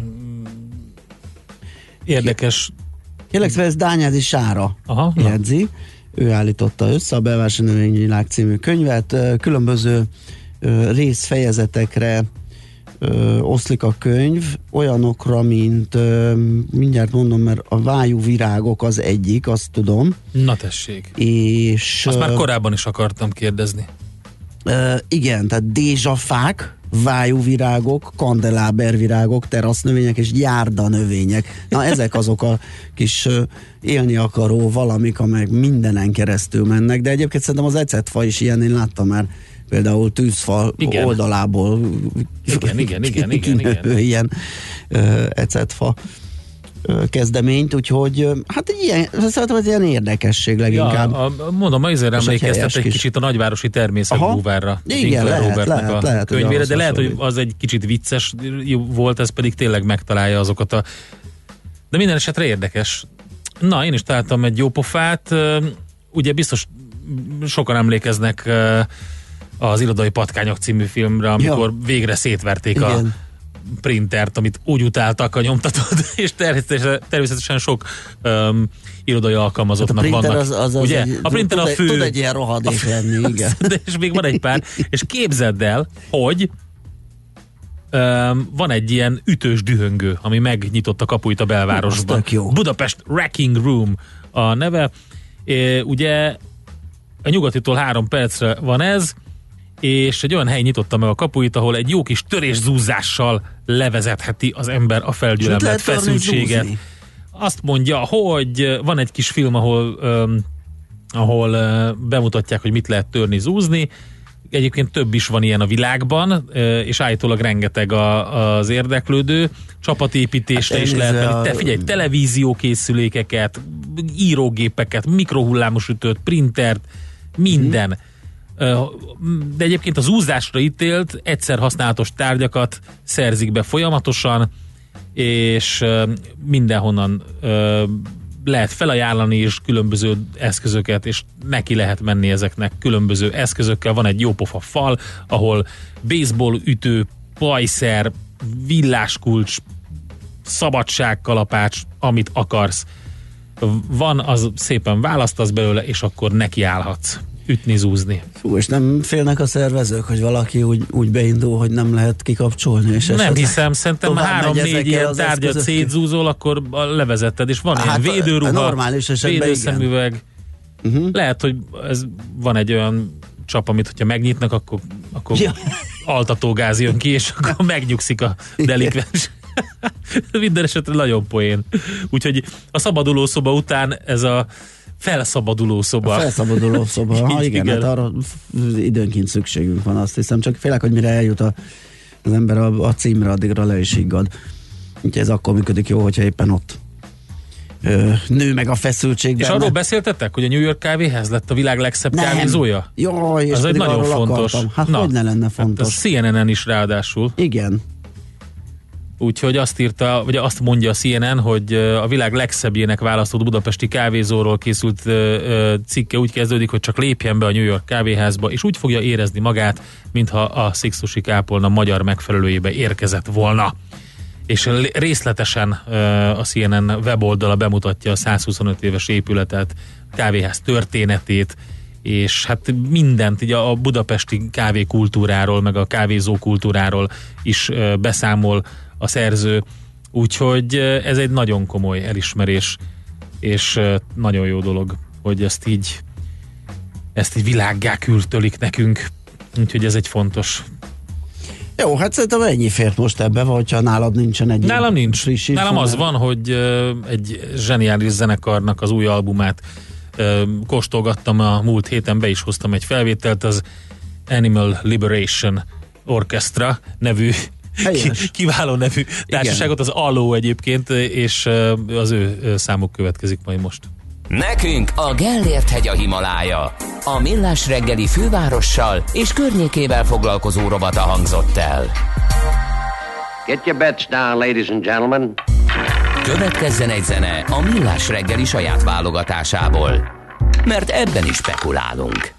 érdekes... Kérlek, ez Dányázi Sára jegyzi. Ő állította össze a Belvárosi Növényvilág című könyvet. Különböző részfejezetekre oszlik a könyv, olyanokra, mint mindjárt mondom, mert a vájú virágok az egyik, azt tudom. Na tessék. És, azt már korábban is akartam kérdezni. Igen, tehát dézsafák, vájúvirágok, kandelábervirágok, terasznövények és járdanövények. Na ezek azok a kis élni akaró valamik, amelyek mindenen keresztül mennek, de egyébként szerintem az ecetfa is ilyen, én láttam már például tűzfa oldalából igen. ilyen ecetfa kezdeményt, úgyhogy hát szerintem ez ilyen érdekesség leginkább. Ja, mondom, azért emlékeztet egy kicsit a nagyvárosi természetbúvárra. Igen, lehet, könyvére, de lehet, hogy az egy kicsit vicces volt, ez pedig tényleg megtalálja azokat a... De minden esetre érdekes. Na, én is találtam egy jó pofát. Ugye biztos sokan emlékeznek az Irodai patkányok című filmre, amikor végre szétverték a printert, amit úgy utáltak a nyomtatót, és természetesen sok irodai alkalmazottnak hát vannak. Ugye? A printer a fő. Tud egy ilyen rohadék lenni, igen. De és még van egy pár, és képzeld el, hogy van egy ilyen ütős dühöngő, ami megnyitotta kapuit a belvárosban. Budapest Wrecking Room a neve. Ugye a Nyugatitól 3 percre van ez, és egy olyan hely nyitotta meg a kapuit, ahol egy jó kis törészúzással levezetheti az ember a felgyülemlett feszültséget. Azt mondja, hogy van egy kis film, ahol bemutatják, hogy mit lehet törni, zúzni. Egyébként több is van ilyen a világban, és állítólag rengeteg az érdeklődő. Csapatépítésre is lehet. Figyelj, televíziókészülékeket, írógépeket, mikrohullámos ütőt, printert, minden. De egyébként az úszásra ítélt egyszer használatos tárgyakat szerzik be folyamatosan, és mindenhonnan lehet felajánlani is különböző eszközöket, és neki lehet menni ezeknek különböző eszközökkel. Van egy jópofa fal, ahol baseball ütő, pajszer, villáskulcs, szabadságkalapács, amit akarsz. Van, az szépen választasz belőle, és akkor nekiállhatsz ütni, zúzni. Fú, és nem félnek a szervezők, hogy valaki úgy beindul, hogy nem lehet kikapcsolni? És nem hiszem, szerintem 3-4 ilyen tárgyat szétzúzol, akkor levezetted, és van ilyen védőruha, védőszemüveg. Lehet, hogy ez van egy olyan csap, amit hogyha megnyitnak, akkor altatógáz jön ki, és akkor megnyugszik a delikvens. Minden esetre nagyon poén. Úgyhogy a szabaduló szoba után ez a felszabaduló szoba. A felszabaduló szoba, ha igen, hát arra időnként szükségünk van, azt hiszem, csak félek, hogy mire eljut az ember a címre, addigra le is higgad. Úgyhogy ez akkor működik jó, hogyha éppen ott nő meg a feszültség. És arról beszéltetek, hogy a New York kávéház lett a világ legszebb kávézója? Jaj, és az egy nagyon fontos. Hát hogy ne lenne fontos? Hát a CNN-en is ráadásul. Igen. Úgyhogy azt írta, vagy azt mondja a CNN, hogy a világ legszebbjének választott budapesti kávézóról készült cikke úgy kezdődik, hogy csak lépjen be a New York kávéházba, és úgy fogja érezni magát, mintha a Sixtusi kápolna magyar megfelelőjébe érkezett volna. És részletesen a CNN weboldala bemutatja a 125 éves épületet, a kávéház történetét, és hát mindent, így a budapesti kávékultúráról, meg a kávézó kultúráról is beszámol a szerző, úgyhogy ez egy nagyon komoly elismerés, és nagyon jó dolog, hogy ezt így világgá küldtölik nekünk, úgyhogy ez egy fontos. Jó, hát szerintem ennyi fért most ebbe, hogyha nálad nincsen egy... Nálam nincs. Nálam az van, hogy egy zseniális zenekarnak az új albumát kóstolgattam a múlt héten, be is hoztam egy felvételt, az Animal Liberation Orchestra nevű kiváló nevű társaságot, az Allo egyébként, és az ő számuk következik majd most. Nekünk a Gellért-hegy a Himalája. A Millás reggeli fővárossal és környékével foglalkozó rovata hangzott el. Get your bets down, ladies and gentlemen. Következzen egy zene a Millás reggeli saját válogatásából, mert ebben is spekulálunk.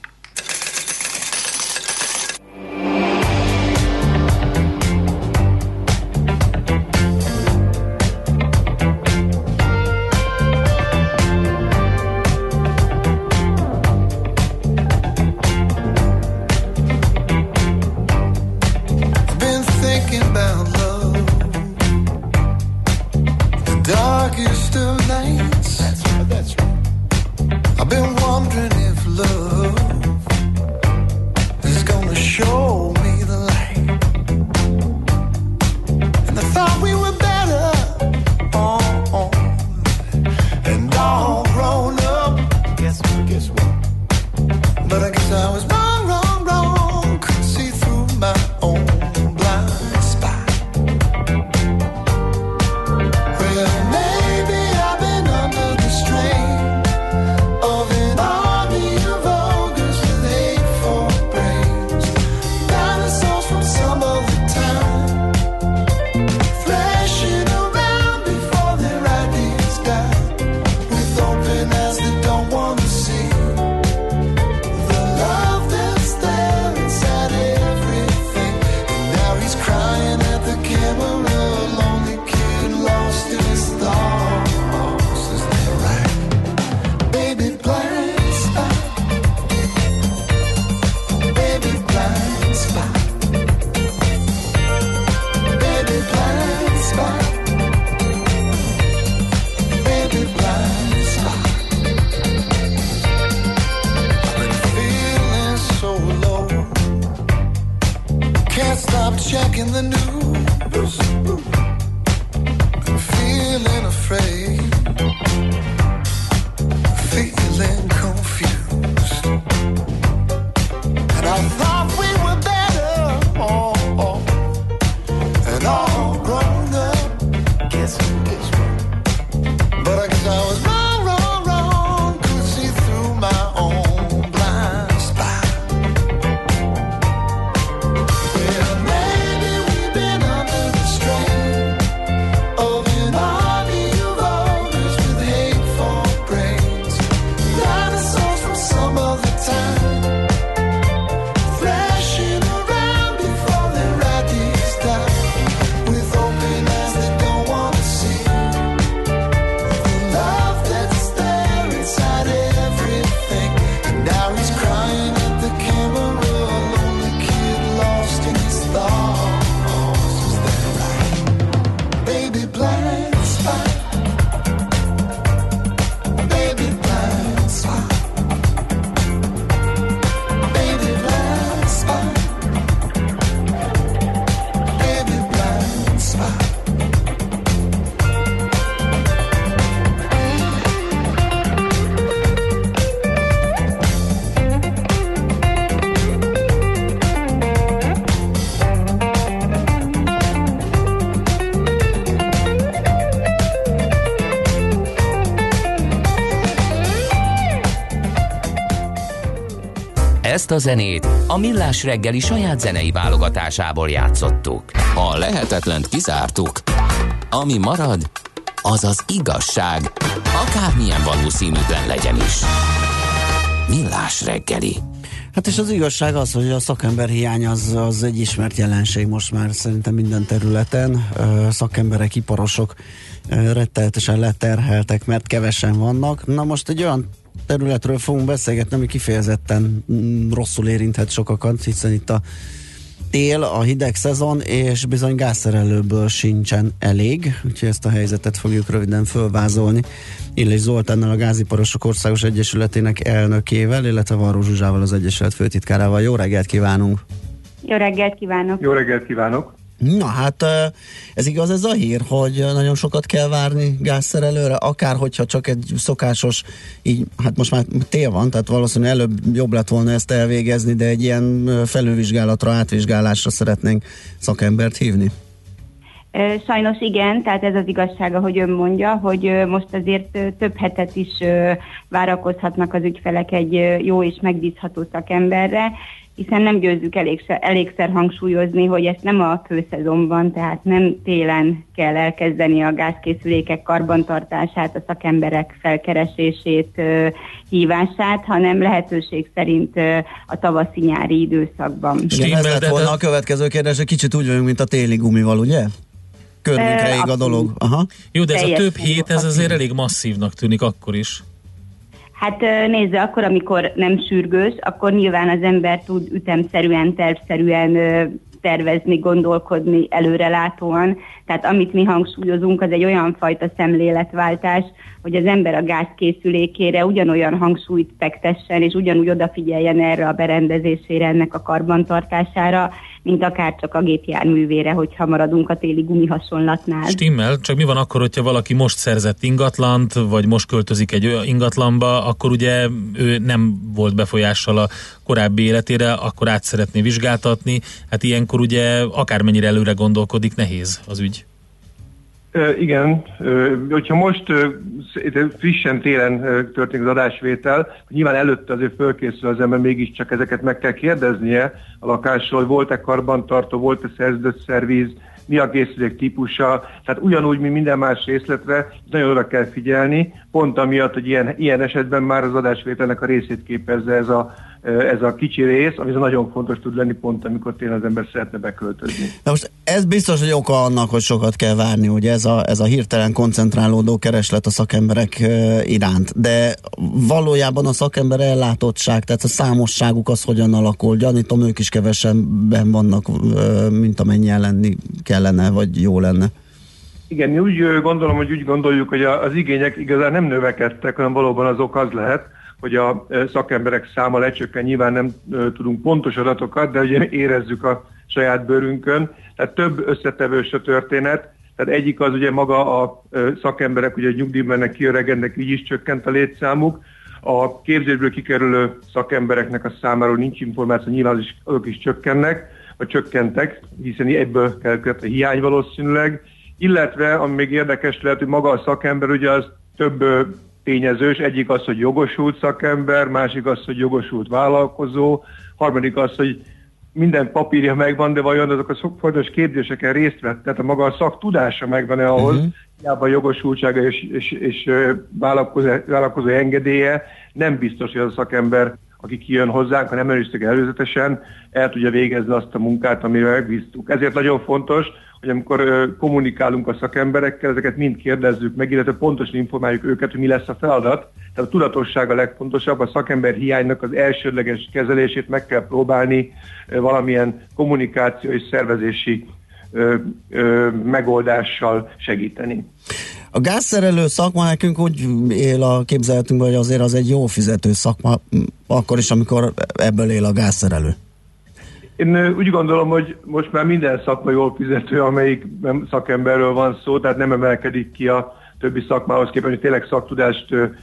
Darkest of nights. That's right. I've been wondering if love I guess I was wrong, wrong, wrong. Couldn't see through my own blind spot. Well, maybe I've been under the strain of an army of ogres with hateful brains, dinosaurs from some other time, thrashing around before their ideas die, with open eyes that don't want to see the love that's there inside everything. And now he's crying at the camera, a lonely kid lost in his thoughts. Is that right? Baby, blind spot. Baby, blind spot. Baby, blind spot. Baby, blind spot. I've been feeling so low, can't stop checking the news. I'm feeling afraid, feeling confused. And I thought we were better, and all grown up. Guess what? But I guess I was wrong, wrong, wrong. Could see through my own blind spot. Well, maybe we've been under the strain of an army of ogres with hateful brains, dinosaurs from some other time, thrashing around before their ideas die, with open eyes that don't want to see the love that's there inside everything. And now he's crying at the camera, a lonely kid lost in his thoughts. Is that right? Baby, blind spot. Baby, blind spot. Baby, blind spot. Baby, blind spot. Ezt a zenét a Millás reggeli saját zenei válogatásából játszottuk. A lehetetlent kizártuk. Ami marad, az az igazság, akármilyen valószínűtlen legyen is. Millás reggeli. Hát és az igazság az, hogy a szakember hiány az egy ismert jelenség most már szerintem minden területen. Szakemberek, iparosok rettenetesen leterheltek, mert kevesen vannak. Na most egy olyan területről fogunk beszélgetni, ami kifejezetten rosszul érinthet sokakat, hiszen itt a tél, a hideg szezon, és bizony gázszerelőből sincsen elég, úgyhogy ezt a helyzetet fogjuk röviden fölvázolni. Illés Zoltánnal, a Gáziparosok Országos Egyesületének elnökével, illetve Varró Zsuzsával, az Egyesület főtitkárával. Jó reggelt kívánunk! Jó reggelt kívánok! Jó reggelt kívánok! Na hát ez igaz, ez a hír, hogy nagyon sokat kell várni gázszerelőre, akár hogyha csak egy szokásos, így, hát most már tél van, tehát valószínűleg előbb jobb lett volna ezt elvégezni, de egy ilyen felülvizsgálatra, átvizsgálásra szeretnénk szakembert hívni. Sajnos igen, tehát ez az igazság, ahogy ön mondja, hogy most azért több hetet is várakozhatnak az ügyfelek egy jó és megbízható szakemberre, hiszen nem győzzük elégszer hangsúlyozni, hogy ezt nem a főszezonban, tehát nem télen kell elkezdeni a gázkészülékek karbantartását, a szakemberek felkeresését, hívását, hanem lehetőség szerint a tavaszi-nyári időszakban. Igen, ez lett volna a következő kérdés, hogy kicsit úgy vagyunk, mint a téli gumival, ugye? Körünkre ég a dolog. Aha. Jó, de ez a több hét, ez azért elég masszívnak tűnik akkor is. Hát nézze, akkor, amikor nem sürgős, akkor nyilván az ember tud ütemszerűen, tervszerűen tervezni, gondolkodni előrelátóan. Tehát amit mi hangsúlyozunk, az egy olyan fajta szemléletváltás, hogy az ember a gázkészülékére ugyanolyan hangsúlyt fektessen, és ugyanúgy odafigyeljen erre a berendezésére, ennek a karbantartására, mint akár csak a gépjárművére, hogyha maradunk a téli gumi hasonlatnál. Stimmel, csak mi van akkor, hogyha valaki most szerzett ingatlant, vagy most költözik egy olyan ingatlanba, akkor ugye ő nem volt befolyással a korábbi életére, akkor át szeretné vizsgáltatni, hát ilyenkor ugye akármennyire előre gondolkodik, nehéz az ügy. Igen, hogyha most frissen télen történik az adásvétel, nyilván előtte azért fölkészül az ember, mégiscsak ezeket meg kell kérdeznie a lakásról, hogy volt-e karbantartó, volt-e szerződött szervíz, mi a készülék típusa, tehát ugyanúgy, mint minden más részletre, nagyon oda kell figyelni, pont amiatt, hogy ilyen esetben már az adásvételnek a részét képezze ez a kicsi rész, ami nagyon fontos tud lenni pont, amikor tényleg az ember szeretne beköltözni. Na most ez biztos, hogy oka annak, hogy sokat kell várni, ugye ez a hirtelen koncentrálódó kereslet a szakemberek iránt, de valójában a szakember ellátottság, tehát a számosságuk az hogyan alakul, gyanítom, ők is kevesebben vannak, mint amennyien lenni kellene, vagy jó lenne. Igen, mi úgy gondolom, hogy úgy gondoljuk, hogy az igények igazán nem növekedtek, hanem valóban az ok az lehet, hogy a szakemberek száma lecsökken, nyilván nem tudunk pontos adatokat, de ugye érezzük a saját bőrünkön, tehát több összetevős a történet, tehát egyik az ugye maga a szakemberek, ugye nyugdíjban mennek, kiöregednek, így is csökkent a létszámuk, a képzésből kikerülő szakembereknek a számáról nincs információ, nyilván azok is csökkennek, vagy csökkentek, hiszen ebből keletkezett a hiány valószínűleg, illetve, ami még érdekes lehet, hogy maga a szakember ugye az több tényezős, egyik az, hogy jogosult szakember, másik az, hogy jogosult vállalkozó, harmadik az, hogy minden papírja megvan, de vajon azok a fontos képzéseken részt vett, tehát maga a szaktudása megvan-e ahhoz, hiába a jogosultsága és vállalkozó engedélye, nem biztos, hogy az a szakember, aki kijön hozzánk, ha nem előztük előzetesen, el tudja végezni azt a munkát, amire megbíztuk. Ezért nagyon fontos, hogy amikor kommunikálunk a szakemberekkel, ezeket mind kérdezzük meg, illetve pontosan informáljuk őket, hogy mi lesz a feladat. Tehát a tudatosság a legfontosabb, a szakember hiánynak az elsődleges kezelését meg kell próbálni valamilyen kommunikáció és szervezési megoldással segíteni. A gázszerelő szakma nekünk úgy él a képzeletünkben, hogy azért az egy jó fizető szakma, akkor is, amikor ebből él a gázszerelő. Én úgy gondolom, hogy most már minden szakma jól fizető, amelyik szakemberről van szó, tehát nem emelkedik ki a többi szakmához képest, hogy tényleg szaktudást,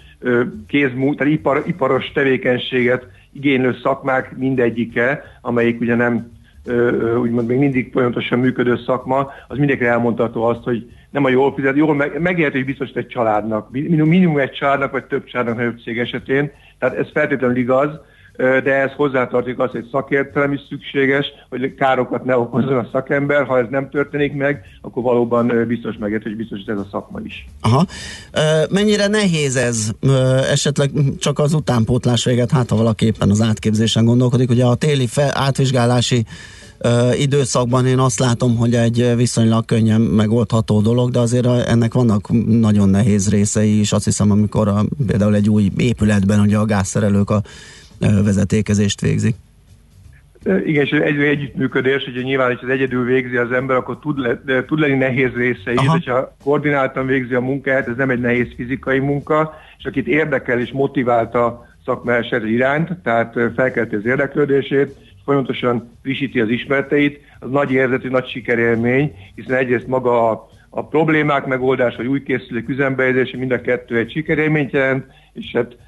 tehát iparos tevékenységet igénylő szakmák mindegyike, amelyik ugye nem úgymond még mindig folyamatosan működő szakma, az mindenkire elmondható azt, hogy nem a jól fizető, jól megélhető biztos egy családnak, minimum egy családnak, vagy több családnak nagyobb cég esetén, tehát ez feltétlenül igaz, de ez hozzátartozik az, hogy szakértelem is szükséges, hogy károkat ne okozzon a szakember, ha ez nem történik meg, akkor valóban biztos megértő, hogy biztos, hogy ez a szakma is. Aha. Mennyire nehéz ez? Esetleg csak az utánpótlás véget, hát ha valaki éppen az átképzésen gondolkodik, ugye a téli átvizsgálási időszakban én azt látom, hogy egy viszonylag könnyen megoldható dolog, de azért ennek vannak nagyon nehéz részei is, azt hiszem, amikor például egy új épületben ugye a gázszerelők a vezetékezést végzik. Igen, és egy együttműködés, hogyha nyilván, hogy az egyedül végzi az ember, akkor tud lenni nehéz részei, hogyha koordináltan végzi a munkáját, ez nem egy nehéz fizikai munka, és akit érdekel és motivált a szakma iránt, tehát felkelti az érdeklődését, folyamatosan frissíti az ismereteit, az nagy érzetű, nagy sikerélmény, hiszen egyrészt maga a problémák megoldás, vagy új készülék üzembehelyezése, mind a kettő egy sikerélményt jelent, és hát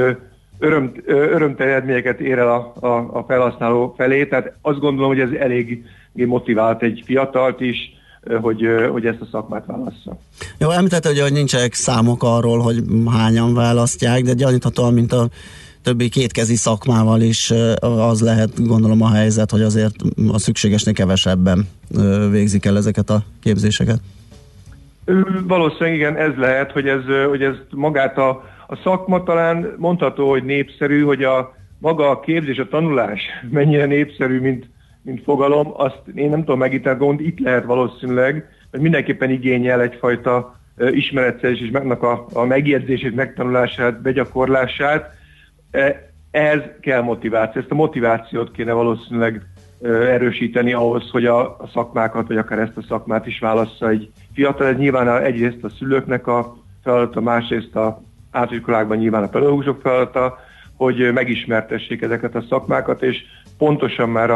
örömteli eredményeket ér el a felhasználó felé, tehát azt gondolom, hogy ez elég motivált egy fiatalt is, hogy ezt a szakmát válassza. Jó, említette, hogy nincsenek számok arról, hogy hányan választják, de gyaníthatóan, mint a többi kétkezi szakmával is az lehet, gondolom, a helyzet, hogy azért a szükségesnél kevesebben végzik el ezeket a képzéseket. Valószínűleg igen, ez lehet, hogy ez magát a szakma talán mondható, hogy népszerű, hogy maga a képzés, a tanulás mennyire népszerű, mint fogalom, azt én nem tudom megítélni, gond itt lehet valószínűleg, hogy mindenképpen igényel egyfajta ismeretszerzés és megnak a megjegyzését, megtanulását, begyakorlását. Ehhez kell motiváció. Ezt a motivációt kéne valószínűleg erősíteni ahhoz, hogy a szakmákat, vagy akár ezt a szakmát is válassza egy fiatal. Ez nyilván egyrészt a szülőknek a feladata, másrészt a általánoskolákban nyilván a pedagógusok feladata, hogy megismertessék ezeket a szakmákat, és pontosan már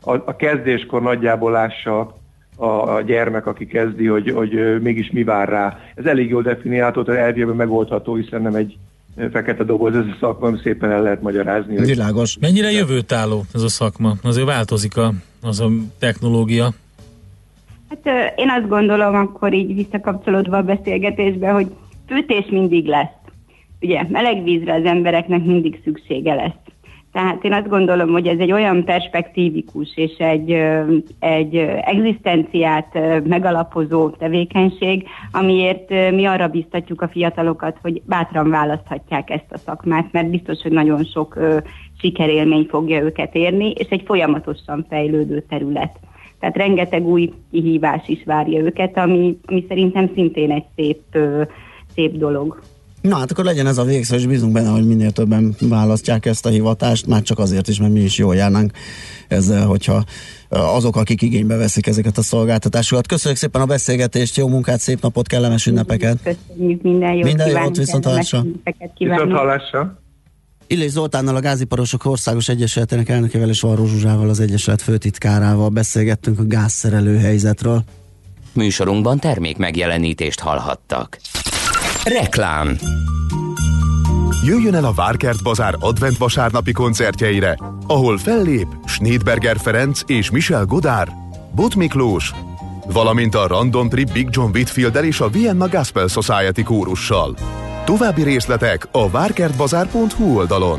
a kezdéskor nagyjából lássa a gyermek, aki kezdi, hogy mégis mi vár rá. Ez elég jól definiálható, tehát elvében megoldható, hiszen nem egy fekete doboz, ez a szakma, szépen el lehet magyarázni. Világos. Mennyire jövőtálló ez a szakma? Azért változik az a technológia. Hát én azt gondolom, akkor így visszakapcsolódva a beszélgetésbe, hogy fűtés mindig lesz. Ugye meleg vízre az embereknek mindig szüksége lesz. Tehát én azt gondolom, hogy ez egy olyan perspektívikus és egy egzisztenciát megalapozó tevékenység, amiért mi arra biztatjuk a fiatalokat, hogy bátran választhatják ezt a szakmát, mert biztos, hogy nagyon sok sikerélmény fogja őket érni, és egy folyamatosan fejlődő terület. Tehát rengeteg új kihívás is várja őket, ami szerintem szintén egy szép dolog. Na hát akkor legyen ez a végszó, és bízunk benne, hogy minél többen választják ezt a hivatást, már csak azért is, mert mi is jól járnánk ezzel, hogyha azok, akik igénybe veszik ezeket a szolgáltatásokat. Köszönjük szépen a beszélgetést, jó munkát, szép napot, kellemes ünnepeket! Köszönjük, minden jót kívánunk, viszont hallásra! Viszont hallásra! Illés Zoltánnal, a Gáziparosok Országos Egyesületének elnökével és Varró Zsuzsával, az Egyesület főtitkárával beszélgettünk a gázszerelő helyzetről. Műsorunkban termék megjelenítést hallhattak. Reklám. Jöjjön el a Várkert Bazár advent vasárnapi koncertjeire, ahol fellép Schneidberger Ferenc és Michel Godard, Bot Miklós, valamint a Random Trip Big John Whitfield-el és a Vienna Gospel Society kórussal. További részletek a várkertbazár.hu oldalon.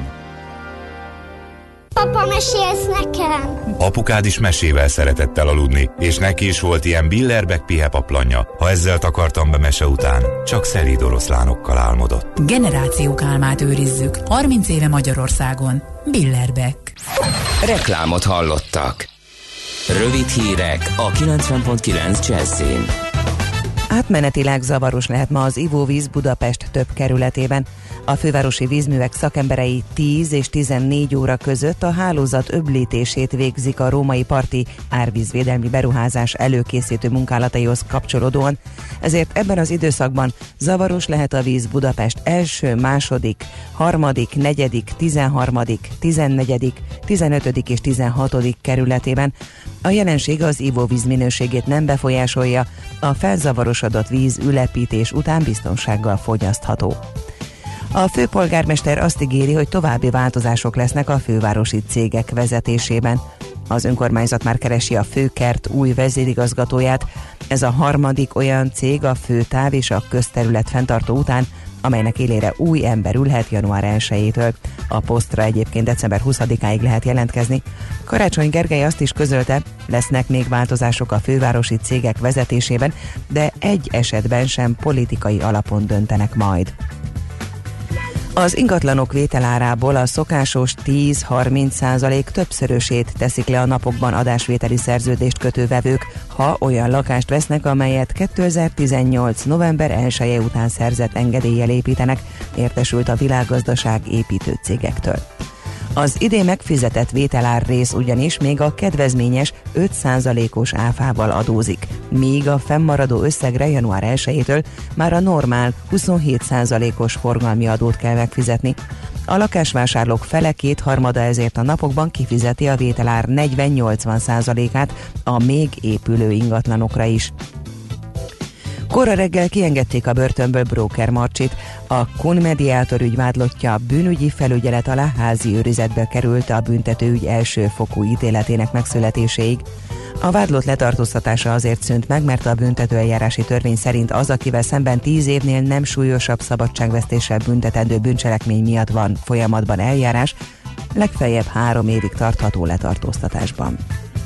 Papa, mesélsz nekem? Apukád is mesével szeretett aludni, és neki is volt ilyen Billerbeck pihepaplanja. Ha ezzel takartam be mese után, csak szelíd oroszlánokkal álmodott. Generációk álmát őrizzük. 30 éve Magyarországon. Billerbeck. Reklámot hallottak. Rövid hírek a 90.9 Jazzin. Átmenetileg zavaros lehet ma az ivóvíz Budapest több kerületében. A fővárosi vízművek szakemberei 10 és 14 óra között a hálózat öblítését végzik a római parti árvízvédelmi beruházás előkészítő munkálataihoz kapcsolódóan, ezért ebben az időszakban zavaros lehet a víz Budapest első, második, harmadik, negyedik, 13., 14., 15. és 16. kerületében. A jelenség az ivóvíz minőségét nem befolyásolja, a felzavarosodott víz ülepítés után biztonsággal fogyasztható. A főpolgármester azt ígéri, hogy további változások lesznek a fővárosi cégek vezetésében. Az önkormányzat már keresi a Főkert új vezérigazgatóját. Ez a harmadik olyan cég a főtáv és a közterület fenntartó után, amelynek élére új ember ülhet január 1-től. A posztra egyébként december 20-áig lehet jelentkezni. Karácsony Gergely azt is közölte, lesznek még változások a fővárosi cégek vezetésében, de egy esetben sem politikai alapon döntenek majd. Az ingatlanok vételárából a szokásos 10-30% többszörösét teszik le a napokban adásvételi szerződést kötő vevők, ha olyan lakást vesznek, amelyet 2018. november 1-e után szerzett engedéllyel építenek, értesült a Világgazdaság építőcégektől. Az idén megfizetett vételár rész ugyanis még a kedvezményes 5%-os áfával adózik, míg a fennmaradó összegre január 1-től már a normál 27%-os forgalmi adót kell megfizetni. A lakásvásárlók fele kétharmada ezért a napokban kifizeti a vételár 40-80%-át a még épülő ingatlanokra is. Kora reggel kiengedték a börtönből Bróker Marcsit. A Kun mediátor ügyvádlottja bűnügyi felügyelet alá házi őrizetbe került a büntetőügy elsőfokú ítéletének megszületéséig. A vádlott letartóztatása azért szűnt meg, mert a büntetőeljárási törvény szerint az, akivel szemben 10 évnél nem súlyosabb szabadságvesztéssel büntetendő bűncselekmény miatt van folyamatban eljárás, legfeljebb 3 évig tartható letartóztatásban.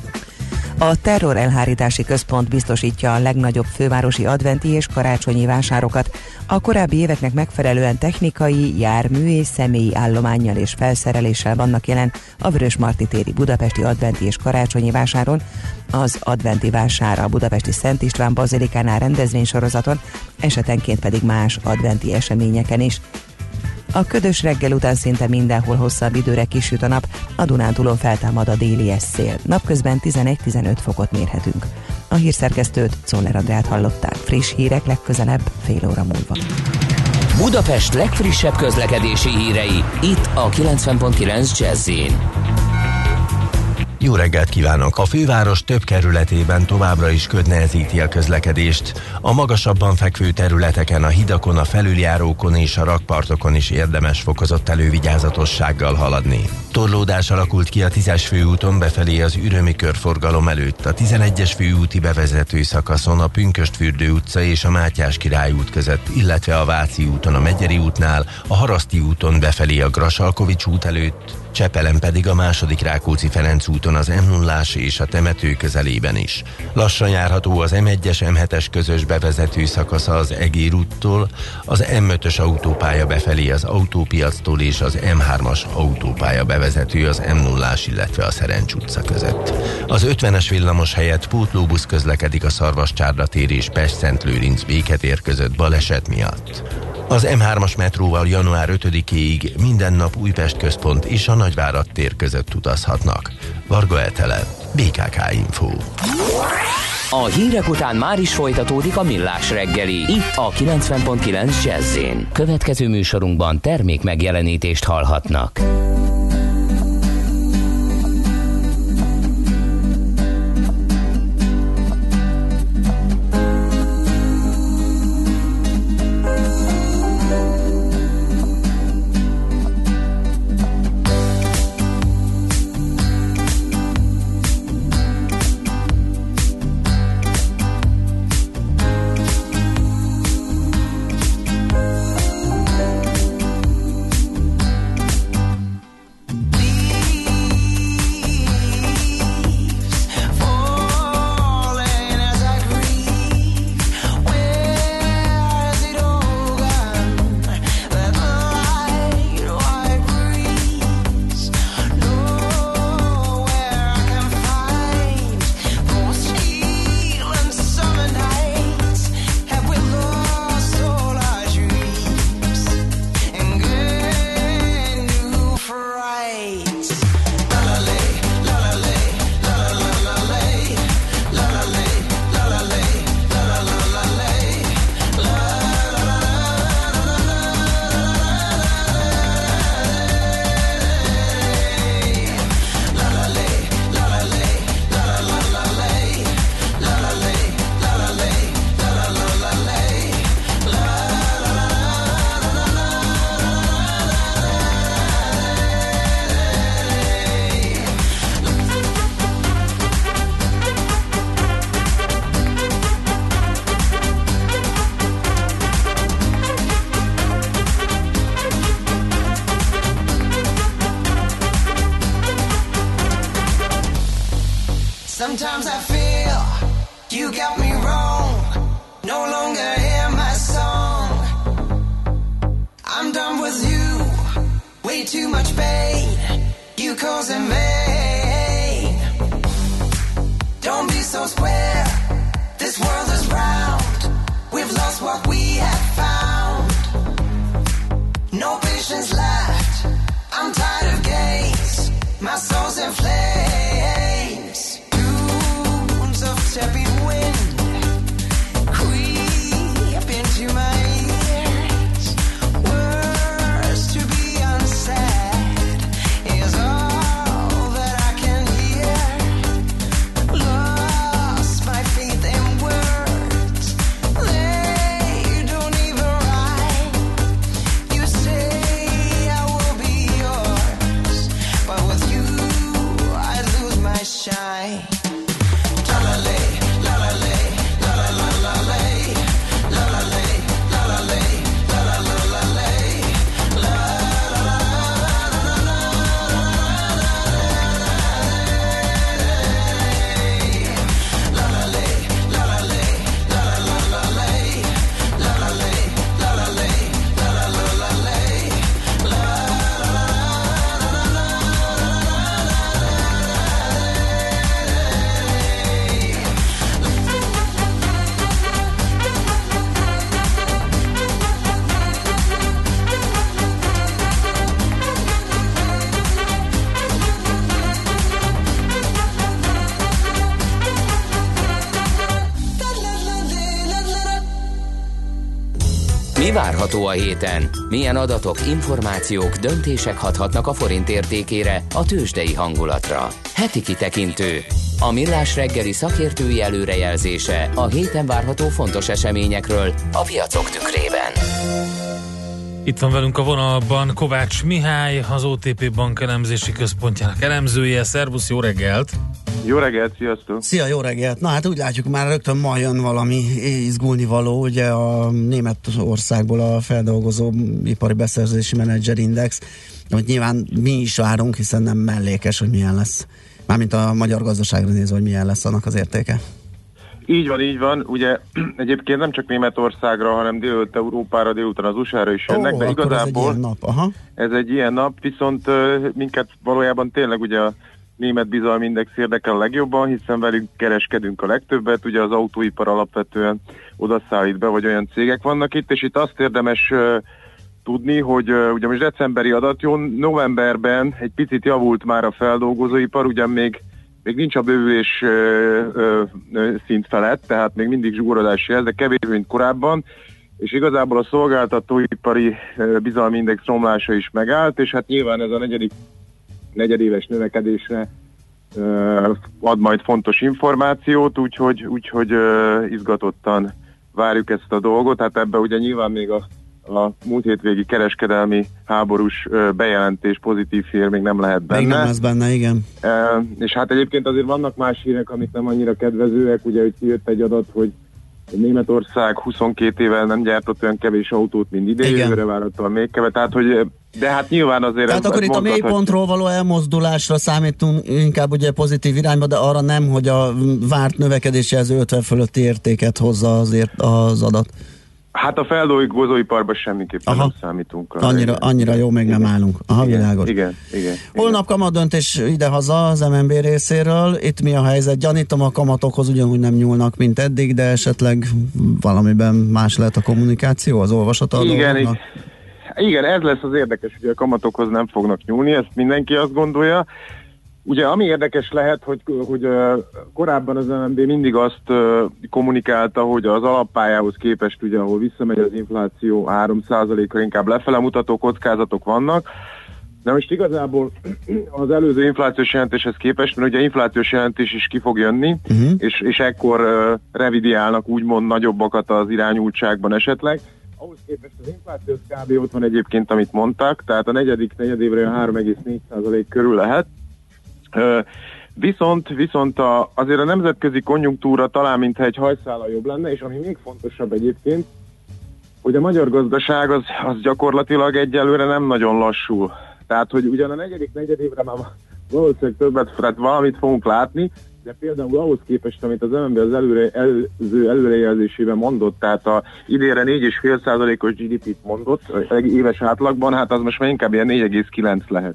A Terrorelhárítási Központ biztosítja a legnagyobb fővárosi adventi és karácsonyi vásárokat. A korábbi éveknek megfelelően technikai, jármű és személyi állománnyal és felszereléssel vannak jelen a Vörösmarty téri budapesti adventi és karácsonyi vásáron, az adventi vásár a budapesti Szent István bazilikánál rendezvénysorozaton, esetenként pedig más adventi eseményeken is. A ködös reggel után szinte mindenhol hosszabb időre kisüt a nap, a Dunántúlon feltámad a déli szél. Napközben 11-15 fokot mérhetünk. A hírszerkesztőt, Czoller Andrát hallották. Friss hírek legközelebb fél óra múlva. Budapest legfrissebb közlekedési hírei, itt a 90.9 Jazz-in. Jó reggelt kívánok! A főváros több kerületében továbbra is köd nehezíti a közlekedést. A magasabban fekvő területeken, a hidakon, a felüljárókon és a rakpartokon is érdemes fokozott elővigyázatossággal haladni. Torlódás alakult ki a 10-es főúton befelé az Ürömi körforgalom előtt, a 11-es főúti bevezető szakaszon a Pünkösdfürdő utca és a Mátyás Király út között, illetve a Váci úton a Megyeri útnál, a Haraszti úton befelé a Grassalkovich út előtt, Csepelen pedig a második Rákóczi-Ferenc úton az M0-ás és a temető közelében is. Lassan járható az M1-es, M7-es közös bevezető szakasza az Egér úttól, az M5-ös autópálya befelé az Autópiactól és az M3-as autópálya bevezető az M0-ás, illetve a Szerencs utca között. Az 50-es villamos helyett pótlóbusz közlekedik a Szarvascsárda tér és Pest-Szentlőrinc Béketér között baleset miatt. Az M3-as metróval január 5-éig minden nap Újpest központ és a Nagyvárad tér között utazhatnak. Varga Etele, BKK Info. A hírek után már is folytatódik a Millás reggeli, itt a 90.9 Jazz-én. Következő műsorunkban termék megjelenítést hallhatnak. Sometimes I feel you got me wrong. No longer hear my song. I'm done with you. Way too much pain. You causing pain. Don't be so square. This world is round. We've lost what we had found. No patience left. I'm tired of games. My soul's in flames. Tunes of tepid wind creep into my ears. Words to be unsaid is all that I can hear. Lost my faith in words. They don't even rhyme. You say I will be yours, but with you I lose my shine. Mi várható a héten? Milyen adatok, információk, döntések hathatnak a forint értékére, a tőzsdei hangulatra? Heti kitekintő. A Millás reggeli szakértői előrejelzése a héten várható fontos eseményekről a piacok tükrében. Itt van velünk a vonalban Kovács Mihály, az OTP Bank elemzési központjának elemzője. Szervusz, jó reggelt! Jó reggelt, sziasztok! Szia, jó reggelt! Na hát úgy látjuk, már rögtön ma jön valami izgulnivaló, ugye a Németországból a feldolgozó ipari beszerzési menedzserindex, amit nyilván mi is várunk, hiszen nem mellékes, hogy milyen lesz. Mármint a magyar gazdaságra nézve, hogy milyen lesz annak az értéke. Így van. Ugye egyébként nem csak Németországra, hanem délután Európára, délután az USA-ra is jönnek, de igazából ez egy ilyen nap, viszont minket valójában tényleg ugye a német bizalmi index érdekel a legjobban, hiszen velünk kereskedünk a legtöbbet, ugye az autóipar alapvetően odaszállít be, vagy olyan cégek vannak itt, és itt azt érdemes tudni, hogy ugye most decemberi adat jön, novemberben egy picit javult már a feldolgozóipar, ugyan még nincs a bővülés szint felett, tehát még mindig zsugorodási jel, de kevésbé, mint korábban, és igazából a szolgáltatóipari bizalmi index romlása is megállt, és hát nyilván ez a negyedéves növekedésre ad majd fontos információt, úgyhogy izgatottan várjuk ezt a dolgot. Hát ebben ugye nyilván még a múlt hétvégi kereskedelmi háborús bejelentés pozitív hír még nem lehet benne. Még nem lesz benne, igen. És hát egyébként azért vannak más hírek, amik nem annyira kedvezőek. Ugye, hogy kijött egy adat, hogy Németország 22 évvel nem gyártott olyan kevés autót, mint idén, jövőre várhatóan még kevés. Tehát, de hát nyilván azért... Tehát akkor itt a mélypontról való elmozdulásra számítunk inkább ugye pozitív irányba, de arra nem, hogy a várt növekedési jelző 50 fölötti értéket hozza azért az adat. Hát a feldolgozóiparban semmiképpen nem számítunk. Annyira jó, még nem állunk. Világos. Igen. Holnap kamatdöntés idehaza az MNB részéről. Itt mi a helyzet? Gyanítom, a kamatokhoz ugyanúgy nem nyúlnak, mint eddig, de esetleg valamiben más lehet a kommunikáció, az olvasata a dolgoknak? Igen, ez lesz az érdekes, hogy a kamatokhoz nem fognak nyúlni, ezt mindenki azt gondolja. Ugye ami érdekes lehet, hogy korábban az MNB mindig azt kommunikálta, hogy az alappályához képest, ugye, ahol visszamegy az infláció 3%-ra, inkább lefele mutató kockázatok vannak. De most igazából az előző inflációs jelentéshez képest, mert ugye inflációs jelentés is ki fog jönni, és ekkor revidiálnak úgymond nagyobbakat az irányultságban esetleg. Ahhoz képest az infláció kb. Ott van egyébként, amit mondtak, tehát a negyedévre 3,4% körül lehet. Viszont azért a nemzetközi konjunktúra talán mintha egy hajszála jobb lenne, és ami még fontosabb egyébként, hogy a magyar gazdaság az gyakorlatilag egyelőre nem nagyon lassul. Tehát, hogy ugyan a negyedévre már valószínűleg többet, tehát valamit fogunk látni, de például ahhoz képest, amit az MNB az előrejelzésében mondott, tehát a idénre 4,5%-os GDP-t mondott éves átlagban, hát az most már inkább ilyen 4,9 lehet.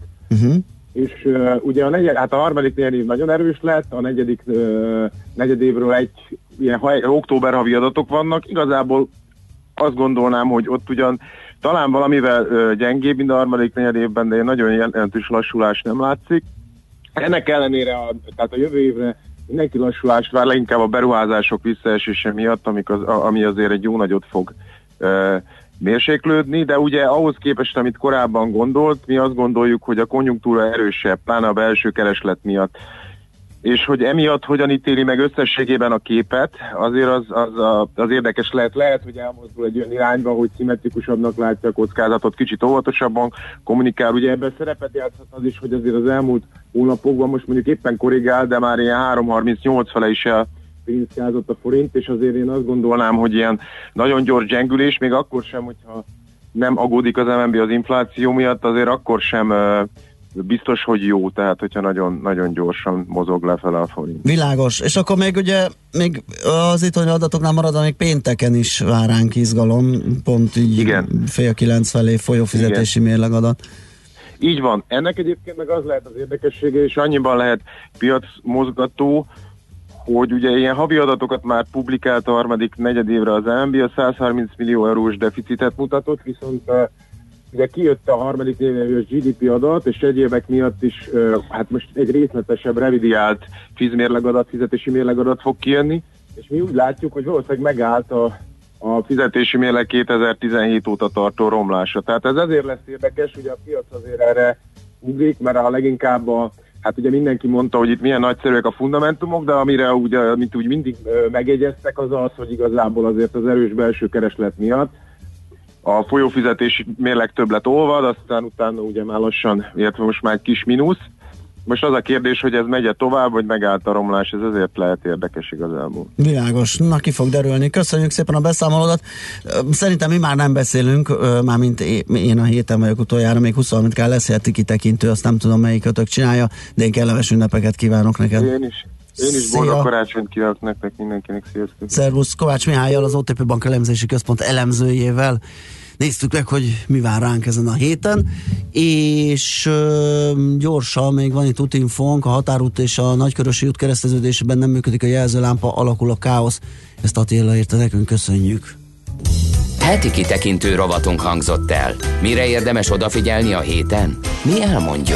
És ugye a harmadik negyedév nagyon erős lett, a negyedik negyedévről egy ilyen október havi adatok vannak. Igazából azt gondolnám, hogy ott ugyan talán valamivel gyengébb, mint a harmadik negyedévben, de nagyon jelentős lassulás nem látszik. Ennek ellenére tehát a jövő évre mindenki lassulást vár, leginkább a beruházások visszaesése miatt, ami azért egy jó nagyot fog mérséklődni, de ugye ahhoz képest, amit korábban gondolt, mi azt gondoljuk, hogy a konjunktúra erősebb, pláne a belső kereslet miatt. És hogy emiatt hogyan ítéli meg összességében a képet, azért az érdekes lehet, hogy elmozdul egy olyan irányba, hogy szimmetrikusabbnak látja a kockázatot, kicsit óvatosabban kommunikál. Ugye ebben szerepet játszhat az is, hogy azért az elmúlt hónapokban most mondjuk éppen korrigál, de már ilyen 3,38 fele is pénzkázott a forint, és azért én azt gondolnám, hogy ilyen nagyon gyors gyengülés, még akkor sem, hogyha nem aggódik az MNB az infláció miatt, azért akkor sem biztos, hogy jó, tehát hogyha nagyon, nagyon gyorsan mozog lefele a forint. Világos, és akkor még ugye még az itthoni adatoknál marad, még pénteken is vár ránk izgalom, pont így 8:30 felé folyófizetési mérlegadat. Így van, ennek egyébként meg az lehet az érdekessége, és annyiban lehet piacmozgató, hogy ugye ilyen havi adatokat már publikált a harmadik negyedévre az MNB, a 130 millió eurós deficitet mutatott, viszont ugye kijött a harmadik éves GDP adat, és egyébek miatt is hát most egy részletesebb, revidiált fizetési mérlegadat fog kijönni, és mi úgy látjuk, hogy valószínűleg megállt a fizetési mérleg 2017 óta tartó romlása. Tehát ez azért lesz érdekes, hogy a piac azért erre ugrik, mert a leginkább hát ugye mindenki mondta, hogy itt milyen nagyszerűek a fundamentumok, de amire úgy, mint úgy mindig megjegyeztek, az az, hogy igazából azért az erős belső kereslet miatt a folyófizetési mérleg többlet olvad, aztán utána ugye már lassan, illetve most már egy kis mínusz. Most az a kérdés, hogy ez megy tovább, vagy megállt a romlás, ez azért lehet érdekes igazából. Világos, na ki fog derülni. Köszönjük szépen a beszámolódat. Szerintem mi már nem beszélünk, mármint én a héten vagyok utoljára, még 23-án lesz egy kitekintő, azt nem tudom melyik ötök csinálja, de én kellemes ünnepeket kívánok neked. Én is boldog karácsonyt kívánok nektek, mindenkinek, sziasztok. Szervusz, Kovács Mihályal, az OTP Bank elemzési központ elemzőjével néztük meg, hogy mi vár ránk ezen a héten, és gyorsan még van itt útinfónk, a határút és a Nagykörösi út kereszteződésében nem működik a jelzőlámpa, alakul a káosz. Ezt Attila írta nekünk, köszönjük. Heti kitekintő rovatunk hangzott el. Mire érdemes odafigyelni a héten? Mi elmondjuk.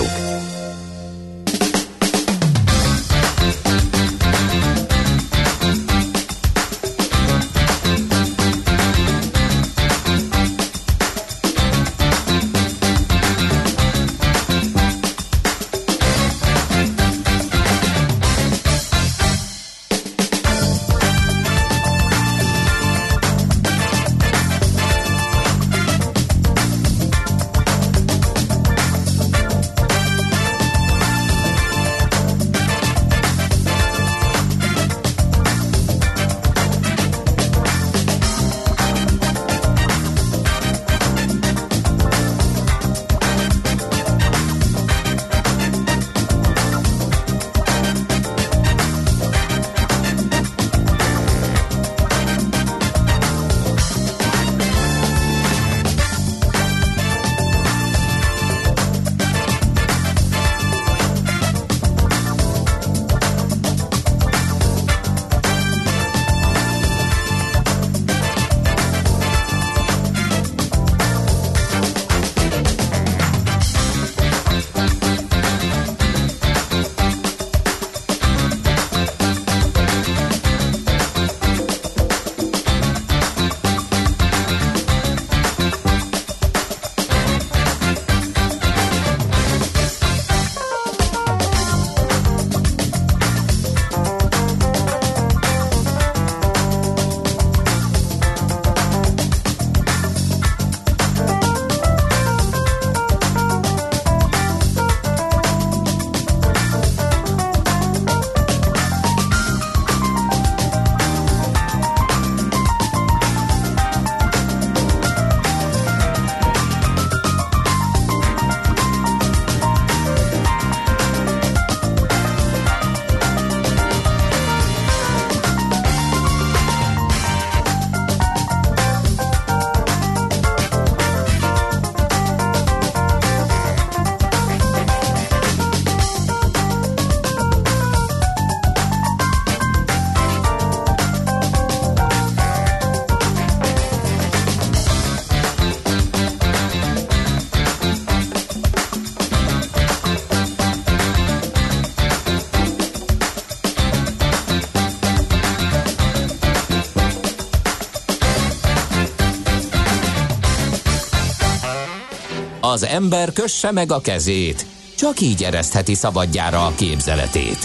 Az ember kösse meg a kezét, csak így eresztheti szabadjára a képzeletét.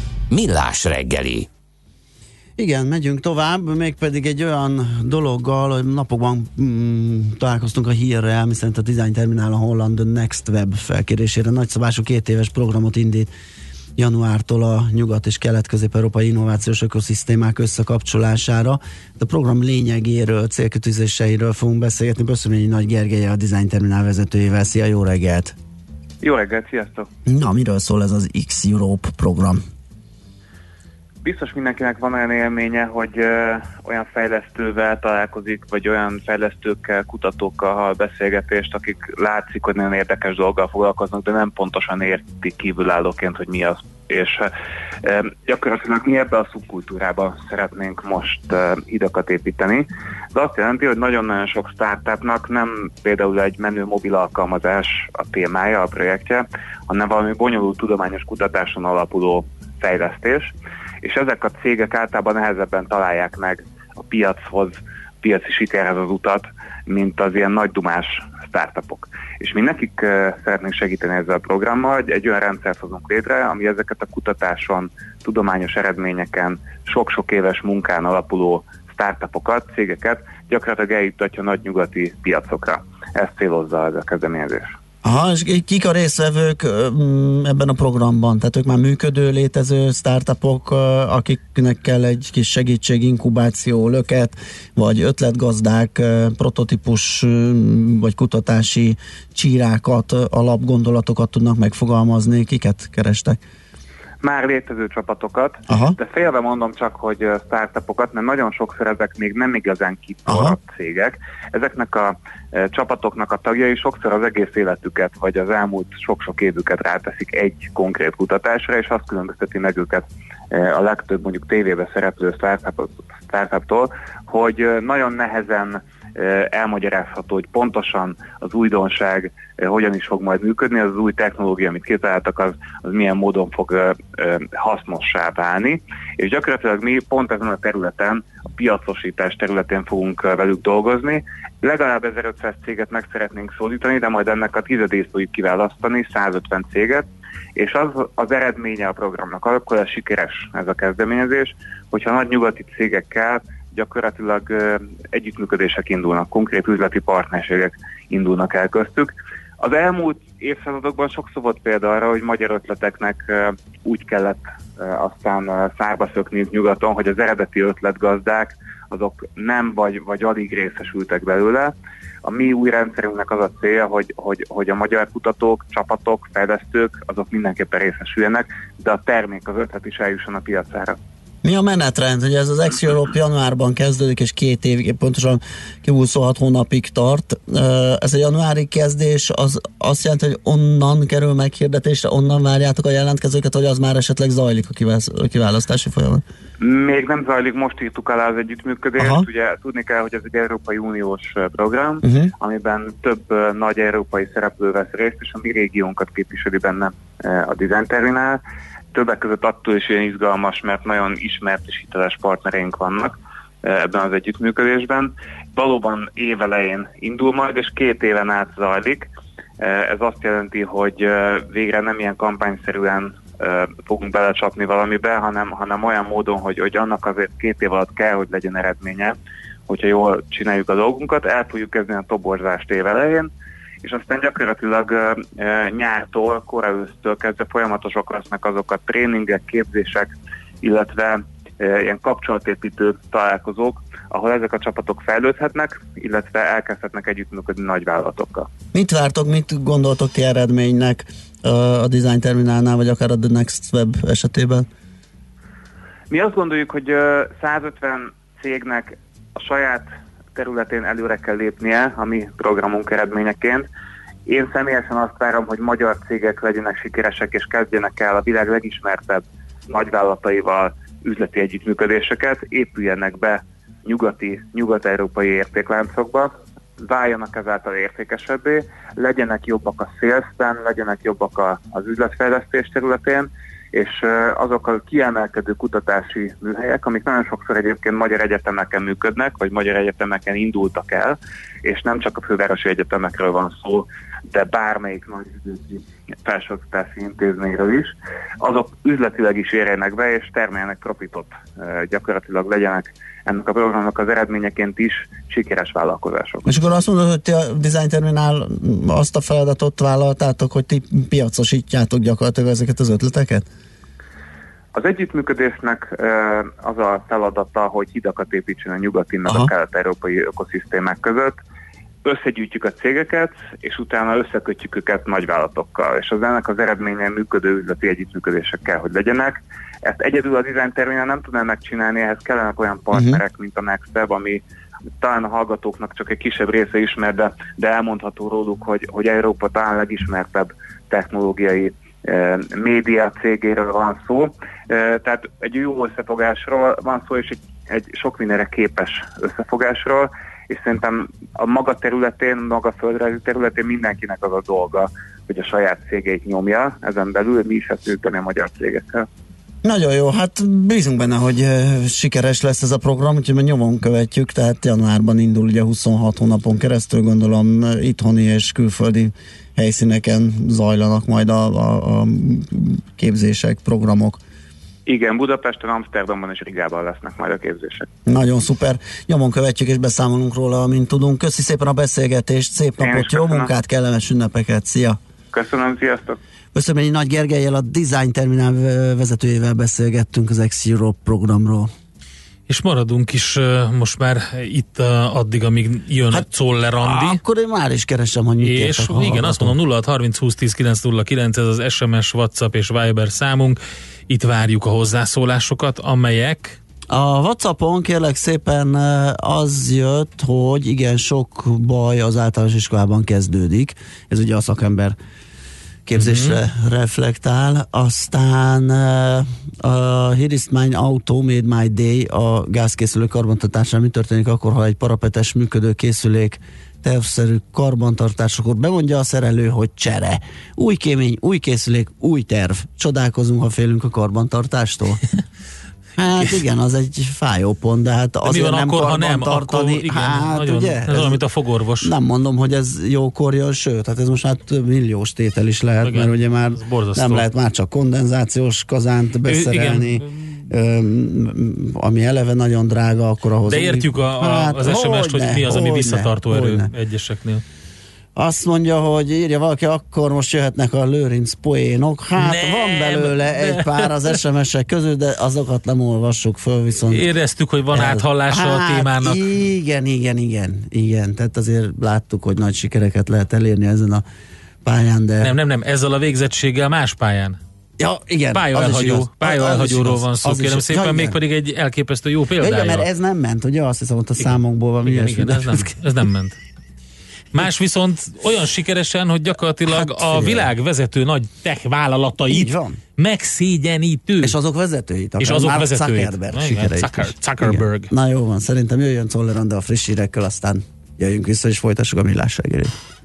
Millás reggeli. Igen, megyünk tovább, mégpedig egy olyan dologgal, hogy napokban találkoztunk a hírrel, miszerint a Design Terminál a Holland Next Web felkérésére nagyszabású 2 éves programot indít januártól a nyugat- és kelet-közép-európai innovációs ökoszisztémák összekapcsolására. A program lényegéről, célkitűzéseiről fogunk beszélgetni Böszörényi Nagy Gergellyel, a Design Terminál vezetőjével. Szia, jó reggelt! Jó reggelt, sziasztok! Na, miről szól ez az X-Europe program? Biztos mindenkinek van olyan élménye, hogy olyan fejlesztővel találkozik, vagy olyan fejlesztőkkel, kutatókkal hall beszélgetést, akik látszik, hogy nagyon érdekes dolggal foglalkoznak, de nem pontosan értik kívülállóként, hogy mi az. És gyakorlatilag mi ebbe a szubkultúrába szeretnénk most hidakat építeni. De azt jelenti, hogy nagyon-nagyon sok startupnak nem például egy menő mobil alkalmazás a témája, a projektje, hanem valami bonyolult tudományos kutatáson alapuló fejlesztés, és ezek a cégek általában nehezebben találják meg a piachoz piaci sikerhez az utat, mint az ilyen nagy dumás startupok. És mi nekik szeretnénk segíteni ezzel a programmal, hogy egy olyan rendszert hozunk létre, ami ezeket a kutatáson, tudományos eredményeken, sok-sok éves munkán alapuló startupokat, cégeket gyakorlatilag eljuttatja nagy nyugati piacokra. Ezt célozza ez a kezdeményezés. Aha, és kik a résztvevők ebben a programban? Tehát ők már működő, létező startupok, akiknek kell egy kis segítség, inkubáció, löket, vagy ötletgazdák, prototípus, vagy kutatási csírákat, alapgondolatokat tudnak megfogalmazni. Kiket kerestek? Már létező csapatokat, de félve mondom csak, hogy startupokat, mert nagyon sokszor ezek még nem igazán kiforrott cégek. Ezeknek a csapatoknak a tagjai sokszor az egész életüket, vagy az elmúlt sok-sok évüket ráteszik egy konkrét kutatásra, és azt különbözteti meg őket a legtöbb mondjuk tévébe szereplő startuptól, hogy nagyon nehezen elmagyarázható, hogy pontosan az újdonság hogyan is fog majd működni, az új technológia, amit kitaláltak, az milyen módon fog hasznossá válni, és gyakorlatilag mi pont ezen a területen, a piacosítás területén fogunk velük dolgozni. Legalább 1500 céget meg szeretnénk szólítani, de majd ennek a tizedét fogjuk kiválasztani, 150 céget, és az eredménye a programnak, akkor lesz sikeres ez a kezdeményezés, hogyha nagy nyugati cégekkel gyakorlatilag együttműködések indulnak, konkrét üzleti partnerségek indulnak el köztük. Az elmúlt évszázadokban sokszor volt példa arra, hogy magyar ötleteknek úgy kellett aztán szárba szökniük nyugaton, hogy az eredeti ötletgazdák azok nem vagy alig részesültek belőle. A mi új rendszerünknek az a célja, hogy a magyar kutatók, csapatok, fejlesztők azok mindenképpen részesüljenek, de a termék, az ötlet is eljusson a piacára. Mi a menetrend? Ugye ez az X-Europe januárban kezdődik, és 2 évig, pontosan 26 hónapig tart. Ez a januári kezdés, az azt jelenti, hogy onnan kerül meghirdetésre, onnan várjátok a jelentkezőket, vagy az már esetleg zajlik a kiválasztási folyamat? Még nem zajlik, most írtuk alá az együttműködést. Ugye tudni kell, hogy ez egy Európai Uniós program, amiben több nagy európai szereplő vesz részt, és a mi régiónkat képviseli benne a Design Terminál. Többek között attól is ilyen izgalmas, mert nagyon ismert és hiteles partnereink vannak ebben az együttműködésben. Valóban évelején indul majd, és 2 éven át zajlik. Ez azt jelenti, hogy végre nem ilyen kampányszerűen fogunk belecsapni valamibe, hanem olyan módon, hogy annak azért 2 év alatt kell, hogy legyen eredménye, hogyha jól csináljuk a dolgunkat. El fogjuk kezdeni a toborzást évelején, és aztán gyakorlatilag nyártól, koraősztől kezdve folyamatosak lesznek azok a tréningek, képzések, illetve ilyen kapcsolatépítő találkozók, ahol ezek a csapatok fejlődhetnek, illetve elkezdhetnek együttműködni nagyvállalatokkal. Mit vártok, mit gondoltok ti eredménynek a Design Terminálnál, vagy akár a The Next Web esetében? Mi azt gondoljuk, hogy 150 cégnek a saját területén előre kell lépnie a mi programunk eredményeként. Én személyesen azt várom, hogy magyar cégek legyenek sikeresek, és kezdjenek el a világ legismertebb nagyvállalataival üzleti együttműködéseket, épüljenek be nyugat-európai értékláncokba, váljanak ezáltal értékesebbé, legyenek jobbak a salesben, legyenek jobbak az üzletfejlesztés területén, és azok a kiemelkedő kutatási műhelyek, amik nagyon sokszor egyébként magyar egyetemeken működnek, vagy magyar egyetemeken indultak el, és nem csak a fővárosi egyetemekről van szó, de bármelyik nagy üzleti felsőoktatási intézményről is, azok üzletileg is érjenek be, és termeljenek profitot. Gyakorlatilag legyenek ennek a programnak az eredményeként is sikeres vállalkozások. És akkor azt mondod, hogy ti a Design Terminál azt a feladatot vállaltátok, hogy ti piacosítjátok gyakorlatilag ezeket az ötleteket? Az együttműködésnek az a feladata, hogy hidakat építsen a nyugati meg a kelet-európai ökoszisztémák között. Összegyűjtjük a cégeket, és utána összekötjük őket nagyvállalatokkal, és ennek az eredménye működő üzleti együttműködések kell, hogy legyenek. Ezt egyedül a Design Terminál nem tudná megcsinálni, ehhez kellenek olyan partnerek, mint a Next Web, ami talán a hallgatóknak csak egy kisebb része ismer, de elmondható róluk, hogy Európa talán legismertebb technológiai média cégéről van szó. Tehát egy jó összefogásról van szó, és egy sok mindenre képes összefogásról, és szerintem a maga területén, maga földrajzi területén mindenkinek az a dolga, hogy a saját cégeit nyomja, ezen belül mi is ezt működni a magyar cégekkel. Nagyon jó, hát bízunk benne, hogy sikeres lesz ez a program, úgyhogy mi nyomon követjük, tehát januárban indul ugye 26 hónapon keresztül, gondolom itthoni és külföldi helyszíneken zajlanak majd a képzések, programok. Igen, Budapesten, Amsterdamban és Rigában lesznek majd a képzések. Nagyon szuper. Nyomon követjük és beszámolunk róla, amint tudunk. Köszi szépen a beszélgetést, szép napot, jó munkát, kellemes ünnepeket. Szia! Köszönöm, sziasztok! Köszönöm, hogy Nagy Gergellyel, a Design Terminál vezetőjével beszélgettünk az X-Europe programról. És maradunk is most már itt addig, amíg jön a Czoller Andi. Akkor én már is keresem, hogy mit és igen, azt mondom, 0630 20 10 909, ez az SMS, WhatsApp és Viber számunk. Itt várjuk a hozzászólásokat, amelyek... A WhatsAppon kérlek szépen az jött, hogy igen, sok baj az általános iskolában kezdődik. Ez ugye a szakember képzésre reflektál. Aztán a Here is my auto made my day, a gázkészülő karbantartásán mi történik akkor, ha egy parapetes működő készülék tervszerű karbantartásakor bemondja a szerelő, hogy csere. Új kémény, új készülék, új terv. Csodálkozunk, ha félünk a karbantartástól. Hát igen, az egy fájó pont, de hát azért mi van nem akkor, karbantartani. Igen, hát nagyon, ugye? Ez olyan, mint a fogorvos. Nem mondom, hogy ez jókor jön, sőt, hát ez most már több milliós tétel is lehet, igen, mert ugye már nem lehet már csak kondenzációs kazánt beszerelni, ami eleve nagyon drága, akkor ahhoz... De értjük az SMS-t, hogy mi az, ami visszatartó erő egyeseknél. Azt mondja, hogy írja valaki, akkor most jöhetnek a Lőrinc poénok. Hát nem, van belőle egy pár az SMS-ek közül, de azokat nem olvassuk föl, viszont... Éreztük, hogy van áthallása a témának. Igen. Tehát azért láttuk, hogy nagy sikereket lehet elérni ezen a pályán, de... Nem, ezzel a végzettséggel más pályán. Ja, igen. Pályaelhagyóról van szó, kérem szépen, mégpedig egy elképesztő jó példája. Igen, mert ez nem ment, ugye? Azt hiszem, ott a számokból van igen, ez nem ment. Más viszont olyan sikeresen, hogy gyakorlatilag a világ vezető nagy tech vállalatait megszégyenítő. És azok vezetőit. És azok vezetőit. Zuckerberg. Na jó van, szerintem jöjjön Czoller Andi a friss hírekkel, aztán jöjjünk vissza és folytassuk a millás reggelit.